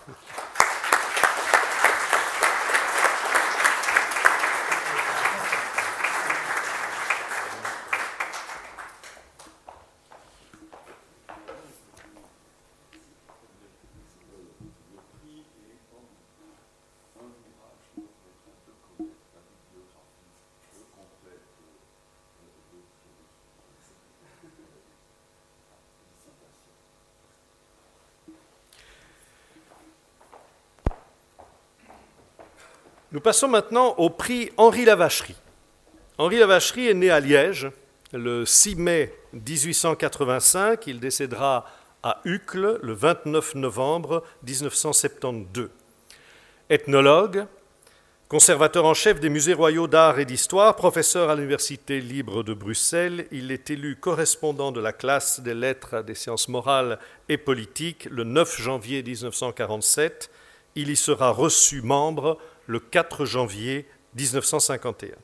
Nous passons maintenant au prix Henri Lavacherie. Henri Lavacherie est né à Liège le six mai mille huit cent quatre-vingt-cinq. Il décédera à Uccle le vingt-neuf novembre mille neuf cent soixante-douze. Ethnologue, conservateur en chef des musées royaux d'art et d'histoire, professeur à l'Université libre de Bruxelles, il est élu correspondant de la classe des lettres, des sciences morales et politiques le neuf janvier mille neuf cent quarante-sept. Il y sera reçu membre le quatre janvier mille neuf cent cinquante et un.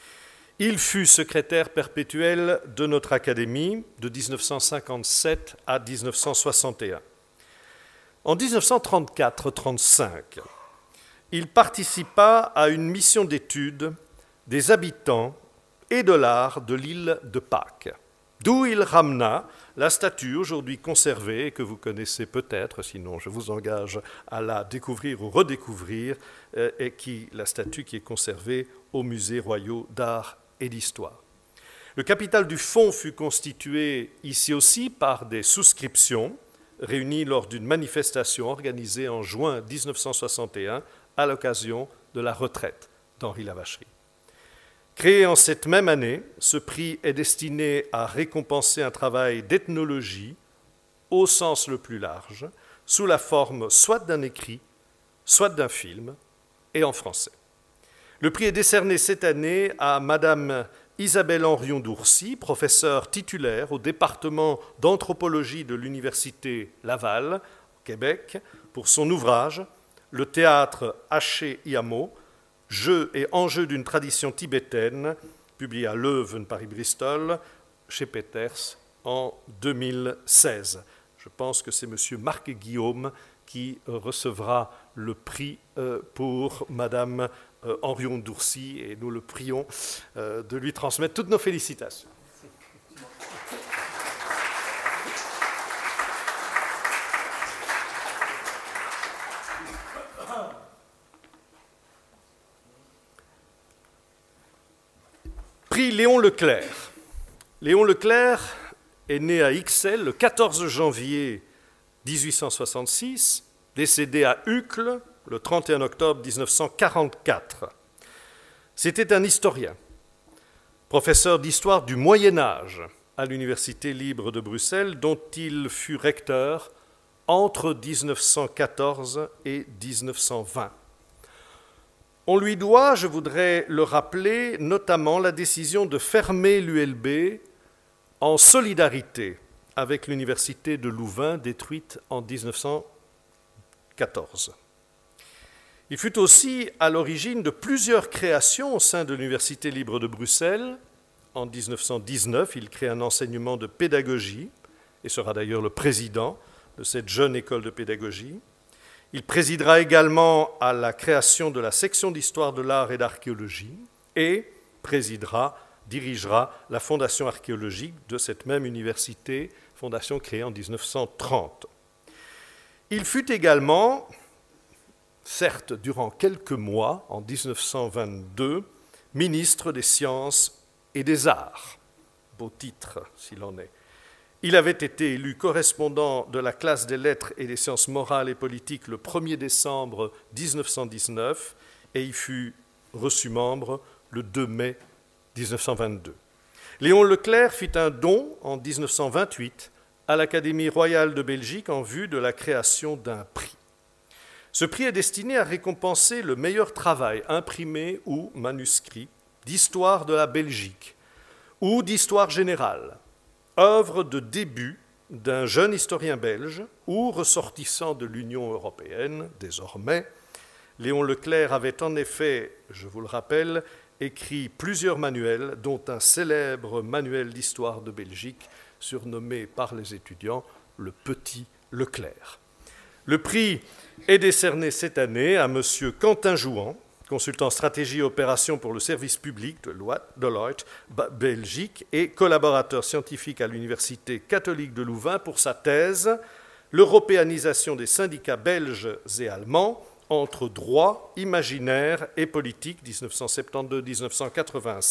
Il fut secrétaire perpétuel de notre Académie de mille neuf cent cinquante-sept à mille neuf cent soixante et un. En mille neuf cent trente-quatre trente-cinq, il participa à une mission d'étude des habitants et de l'art de l'île de Pâques, d'où il ramena la statue aujourd'hui conservée, et que vous connaissez peut-être, sinon je vous engage à la découvrir ou redécouvrir, et qui, la statue qui est conservée au Musée royal d'art et d'histoire. Le capital du fonds fut constitué ici aussi par des souscriptions réunies lors d'une manifestation organisée en juin mille neuf cent soixante et un à l'occasion de la retraite d'Henri Lavacherie. Créé en cette même année, ce prix est destiné à récompenser un travail d'ethnologie au sens le plus large, sous la forme soit d'un écrit, soit d'un film, et en français. Le prix est décerné cette année à Madame Isabelle Henrion d'Ourcy, professeure titulaire au département d'anthropologie de l'Université Laval, au Québec, pour son ouvrage « Le théâtre Haché Iamo, jeux et enjeux d'une tradition tibétaine », publié à Leuven, Paris-Bristol, chez Peters en deux mille seize. Je pense que c'est M. Marc Guillaume qui recevra le prix pour Mme Henrion Dourcy, et nous le prions de lui transmettre toutes nos félicitations. Prix Léon Leclerc. Léon Leclerc est né à Ixelles le quatorze janvier dix-huit cent soixante-six, décédé à Uccle le trente et un octobre mille neuf cent quarante-quatre. C'était un historien, professeur d'histoire du Moyen-Âge à l'Université libre de Bruxelles, dont il fut recteur entre mille neuf cent quatorze et mille neuf cent vingt. On lui doit, je voudrais le rappeler, notamment la décision de fermer l'U L B en solidarité avec l'Université de Louvain, détruite en mille neuf cent quatorze. Il fut aussi à l'origine de plusieurs créations au sein de l'Université libre de Bruxelles. En mille neuf cent dix-neuf, il crée un enseignement de pédagogie et sera d'ailleurs le président de cette jeune école de pédagogie. Il présidera également à la création de la section d'histoire de l'art et d'archéologie et présidera, dirigera la fondation archéologique de cette même université, fondation créée en mille neuf cent trente. Il fut également, certes durant quelques mois, en mille neuf cent vingt-deux, ministre des Sciences et des Arts. Beau titre, s'il en est. Il avait été élu correspondant de la classe des lettres et des sciences morales et politiques le premier décembre mille neuf cent dix-neuf et y fut reçu membre le deux mai mille neuf cent vingt-deux. Léon Leclerc fit un don en mille neuf cent vingt-huit à l'Académie royale de Belgique en vue de la création d'un prix. Ce prix est destiné à récompenser le meilleur travail imprimé ou manuscrit d'histoire de la Belgique ou d'histoire générale, œuvre de début d'un jeune historien belge ou ressortissant de l'Union européenne, désormais. Léon Leclerc avait en effet, je vous le rappelle, écrit plusieurs manuels, dont un célèbre manuel d'histoire de Belgique, surnommé par les étudiants le Petit Leclerc. Le prix est décerné cette année à M. Quentin Jouan, consultant stratégie et opération pour le service public de Deloitte, Belgique, et collaborateur scientifique à l'Université catholique de Louvain pour sa thèse « L'européanisation des syndicats belges et allemands entre droit, imaginaire et politique mille neuf cent soixante-douze à mille neuf cent quatre-vingt-cinq »,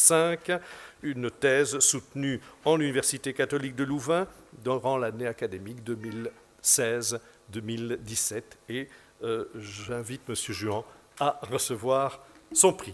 une thèse soutenue en l'Université catholique de Louvain durant l'année académique deux mille seize deux mille dix-sept. Et euh, j'invite M. Jouan à recevoir son prix.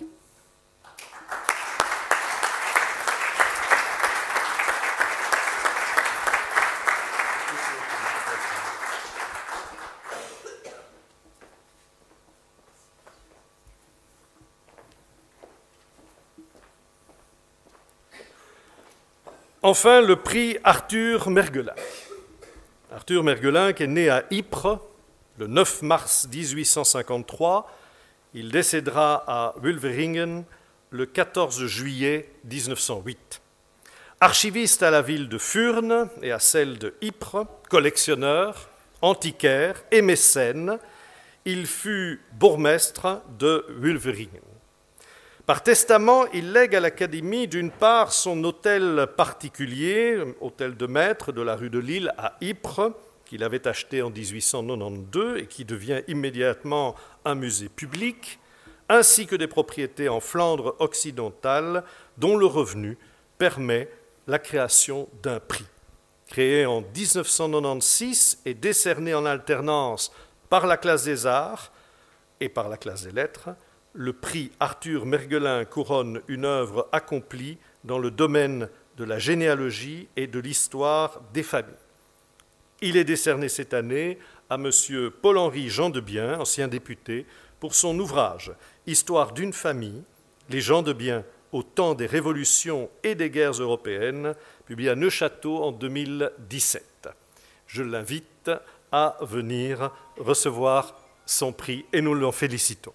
Enfin, le prix Arthur Mergelin. Arthur Mergelin, qui est né à Ypres le neuf mars mille huit cent cinquante-trois, il décédera à Wulveringen le quatorze juillet mille neuf cent huit. Archiviste à la ville de Furnes et à celle de Ypres, collectionneur, antiquaire et mécène, il fut bourgmestre de Wulveringen. Par testament, il lègue à l'Académie d'une part son hôtel particulier, hôtel de maître de la rue de Lille à Ypres, qu'il avait acheté en mille huit cent quatre-vingt-douze et qui devient immédiatement un musée public, ainsi que des propriétés en Flandre occidentale dont le revenu permet la création d'un prix. Créé en mille neuf cent quatre-vingt-seize et décerné en alternance par la classe des arts et par la classe des lettres, le prix Arthur Mergelin couronne une œuvre accomplie dans le domaine de la généalogie et de l'histoire des familles. Il est décerné cette année à M. Paul-Henri Gendebien, ancien député, pour son ouvrage « Histoire d'une famille, les Gendebien au temps des révolutions et des guerres européennes », publié à Neuchâteau en deux mille dix-sept. Je l'invite à venir recevoir son prix et nous l'en félicitons.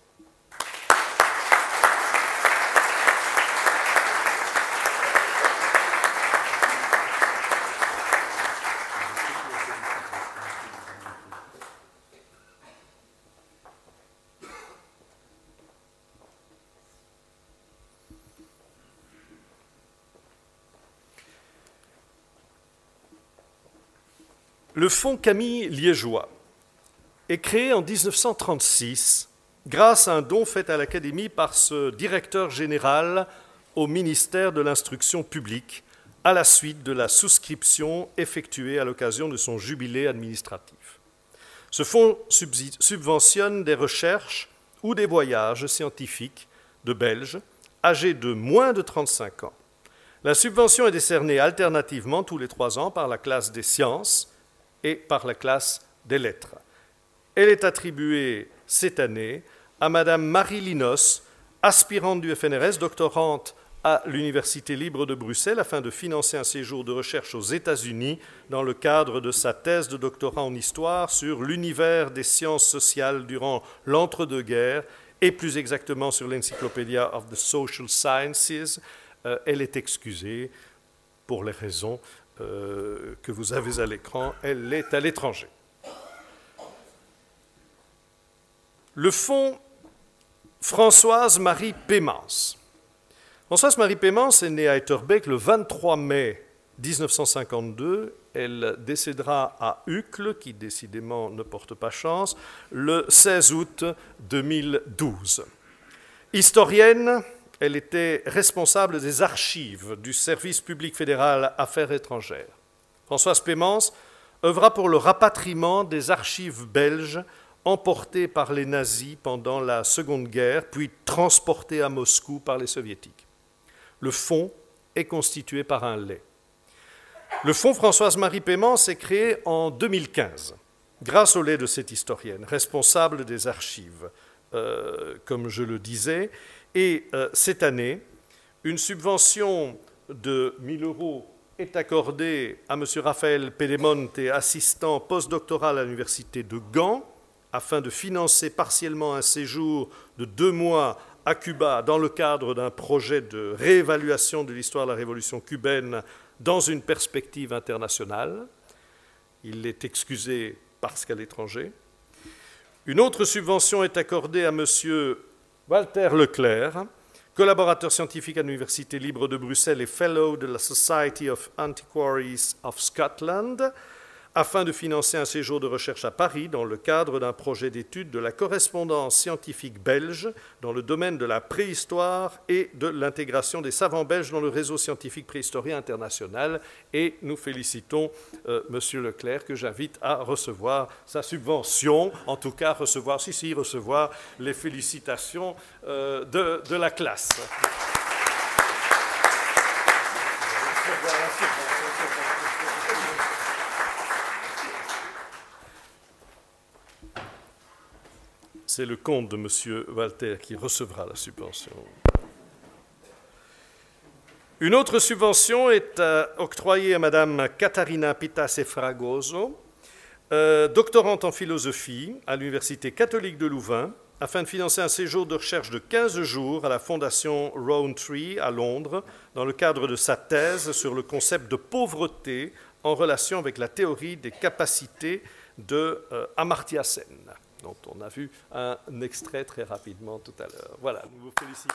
Le Fonds Camille Liégeois est créé en dix-neuf cent trente-six grâce à un don fait à l'Académie par ce directeur général au ministère de l'Instruction publique à la suite de la souscription effectuée à l'occasion de son jubilé administratif. Ce fonds subventionne des recherches ou des voyages scientifiques de Belges âgés de moins de trente-cinq ans. La subvention est décernée alternativement tous les trois ans par la classe des sciences et par la classe des lettres. Elle est attribuée cette année à Madame Marie Linos, aspirante du F N R S, doctorante à l'Université libre de Bruxelles, afin de financer un séjour de recherche aux États-Unis dans le cadre de sa thèse de doctorat en histoire sur l'univers des sciences sociales durant l'entre-deux-guerres et plus exactement sur l'Encyclopedia of the Social Sciences. Euh, elle est excusée pour les raisons euh, que vous avez à l'écran. Elle est à l'étranger. Le fonds Françoise-Marie Pémence. Françoise-Marie Pémence est née à Etterbeek le vingt-trois mai dix-neuf cent cinquante-deux. Elle décédera à Uccle, qui décidément ne porte pas chance, le seize août deux mille douze. Historienne, elle était responsable des archives du service public fédéral Affaires étrangères. Françoise Pémence œuvra pour le rapatriement des archives belges emportées par les nazis pendant la Seconde Guerre, puis transportées à Moscou par les soviétiques. Le fonds est constitué par un lait. Le fonds Françoise-Marie Pémence est créé en deux mille quinze, grâce au lait de cette historienne, responsable des archives, euh, comme je le disais. Et euh, cette année, une subvention de mille euros est accordée à M. Raphaël Pedemonte, assistant postdoctoral à l'Université de Gand, afin de financer partiellement un séjour de deux mois à Cuba dans le cadre d'un projet de réévaluation de l'histoire de la révolution cubaine dans une perspective internationale. Il est excusé parce qu'à l'étranger. Une autre subvention est accordée à M. Walter Leclerc, collaborateur scientifique à l'Université libre de Bruxelles et fellow de la Society of Antiquaries of Scotland, afin de financer un séjour de recherche à Paris dans le cadre d'un projet d'étude de la correspondance scientifique belge dans le domaine de la préhistoire et de l'intégration des savants belges dans le réseau scientifique préhistorien international. Et nous félicitons euh, M. Leclerc, que j'invite à recevoir sa subvention, en tout cas recevoir, si, si, recevoir les félicitations euh, de, de la classe. C'est le compte de M. Walter qui recevra la subvention. Une autre subvention est euh, octroyée à Mme Catarina Pitase Fragoso, euh, doctorante en philosophie à l'Université catholique de Louvain, afin de financer un séjour de recherche de quinze jours à la Fondation Rowntree à Londres, dans le cadre de sa thèse sur le concept de pauvreté en relation avec la théorie des capacités de euh, Amartya Sen, dont on a vu un extrait très rapidement tout à l'heure. Voilà, nous vous félicitons.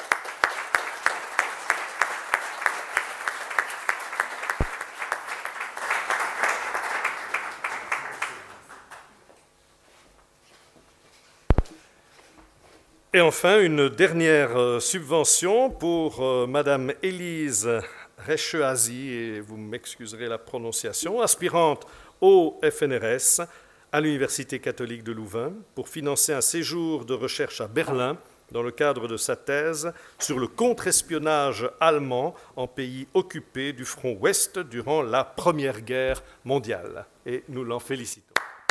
Et enfin, une dernière subvention pour euh, Madame Élise Recheazi, et vous m'excuserez la prononciation, aspirante au F N R S, à l'Université catholique de Louvain pour financer un séjour de recherche à Berlin dans le cadre de sa thèse sur le contre-espionnage allemand en pays occupé du front ouest durant la Première Guerre mondiale. Et nous l'en félicitons.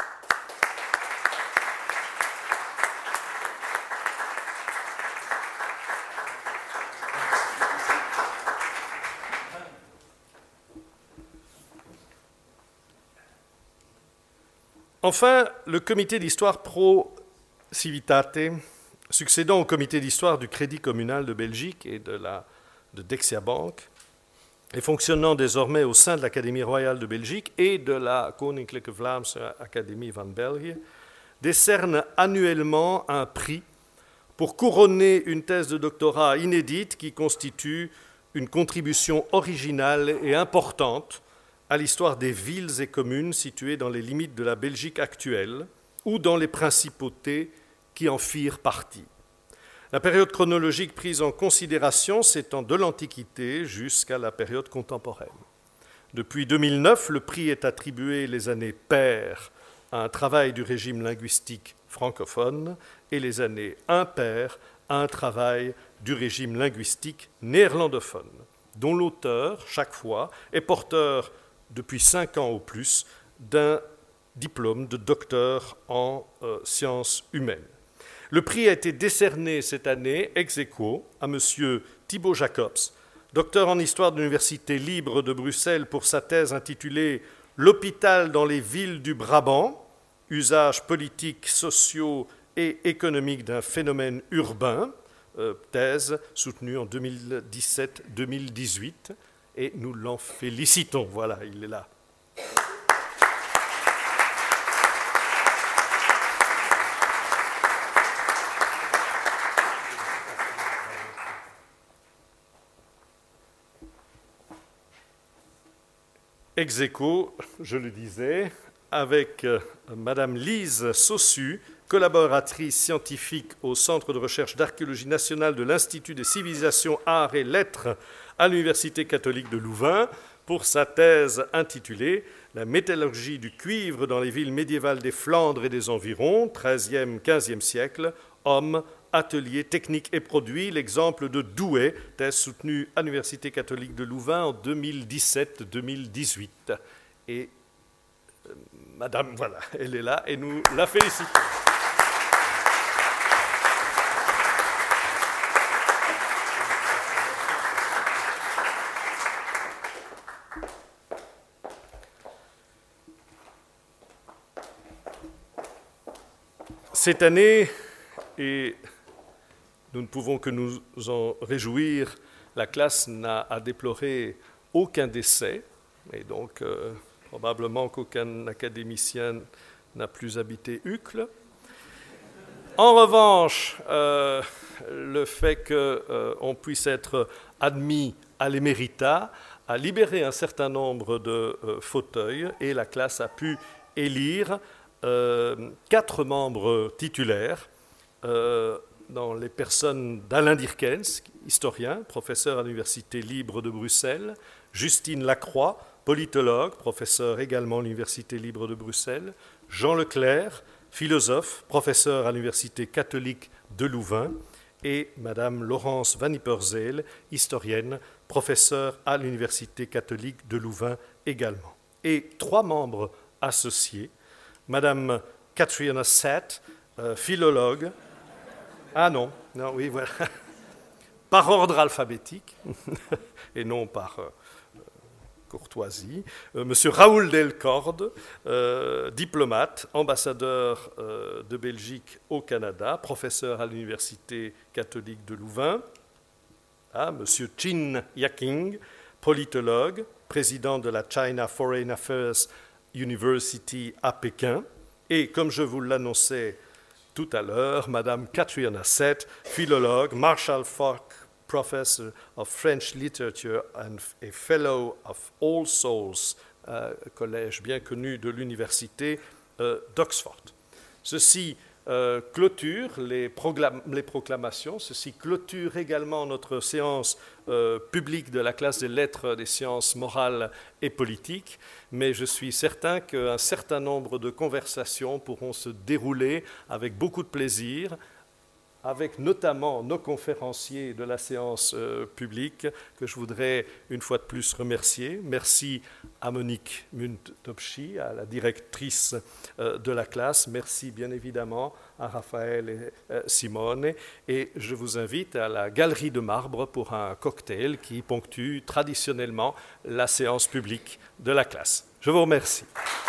Enfin, le comité d'histoire Pro Civitate, succédant au comité d'histoire du Crédit communal de Belgique et de, la, de Dexia Bank, et fonctionnant désormais au sein de l'Académie royale de Belgique et de la Koninklijke Vlaamse Academie van België, décerne annuellement un prix pour couronner une thèse de doctorat inédite qui constitue une contribution originale et importante à l'histoire des villes et communes situées dans les limites de la Belgique actuelle ou dans les principautés qui en firent partie. La période chronologique prise en considération s'étend de l'Antiquité jusqu'à la période contemporaine. Depuis deux mille neuf, le prix est attribué les années paires à un travail du régime linguistique francophone et les années impaires à un travail du régime linguistique néerlandophone, dont l'auteur, chaque fois, est porteur, depuis cinq ans ou plus, d'un diplôme de docteur en euh, sciences humaines. Le prix a été décerné cette année, ex aequo, à M. Thibaut Jacobs, docteur en histoire de l'Université libre de Bruxelles pour sa thèse intitulée « L'hôpital dans les villes du Brabant, usages politiques, sociaux et économiques d'un phénomène urbain », euh, thèse soutenue en deux mille dix-sept deux mille dix-huit, et nous l'en félicitons. Voilà, il est là. Ex aequo, je le disais, avec euh, Madame Lise Saussu, collaboratrice scientifique au Centre de recherche d'archéologie nationale de l'Institut des civilisations, arts et lettres à l'Université catholique de Louvain, pour sa thèse intitulée « La métallurgie du cuivre dans les villes médiévales des Flandres et des environs, treizième quinzième siècle, hommes, ateliers, techniques et produits, l'exemple de Douai, thèse soutenue à l'Université catholique de Louvain en deux mille dix-sept deux mille dix-huit. » Et euh, Madame, voilà, elle est là et nous la félicitons. Cette année, et nous ne pouvons que nous en réjouir, la classe n'a à déplorer aucun décès, et donc euh, probablement qu'aucun académicien n'a plus habité Uccle. En revanche, euh, le fait qu'on euh, puisse être admis à l'éméritat a libéré un certain nombre de euh, fauteuils, et la classe a pu élire euh, quatre membres titulaires, euh, dans les personnes d'Alain Dirkens, historien, professeur à l'Université libre de Bruxelles, Justine Lacroix, politologue, professeur également à l'Université libre de Bruxelles, Jean Leclerc, philosophe, professeur à l'Université catholique de Louvain, et Madame Laurence Van Ypersele, historienne, professeure à l'Université catholique de Louvain également. Et trois membres associés, Madame Katriona Seth, euh, philologue. Ah non, non, oui, voilà. Par ordre alphabétique, et non par euh, courtoisie. Euh, Monsieur Raoul Delcorde, euh, diplomate, ambassadeur euh, de Belgique au Canada, professeur à l'Université catholique de Louvain. Ah, Monsieur Chin Yaking, politologue, président de la China Foreign Affairs University à Pékin. Et comme je vous l'annonçais tout à l'heure, Madame Katriona Seth, philologue, Marshall Falk Professor of French Literature and a Fellow of All Souls, euh, collège bien connu de l'Université euh, d'Oxford. Ceci euh, clôture les, les proclamations, ceci clôture également notre séance euh, publique de la classe des lettres des sciences morales et politiques, mais je suis certain qu'un certain nombre de conversations pourront se dérouler avec beaucoup de plaisir, avec notamment nos conférenciers de la séance euh, publique, que je voudrais une fois de plus remercier. Merci à Monique Muntopchi, à la directrice euh, de la classe. Merci bien évidemment à Raphaël et euh, Simone. Et je vous invite à la Galerie de Marbre pour un cocktail qui ponctue traditionnellement la séance publique de la classe. Je vous remercie.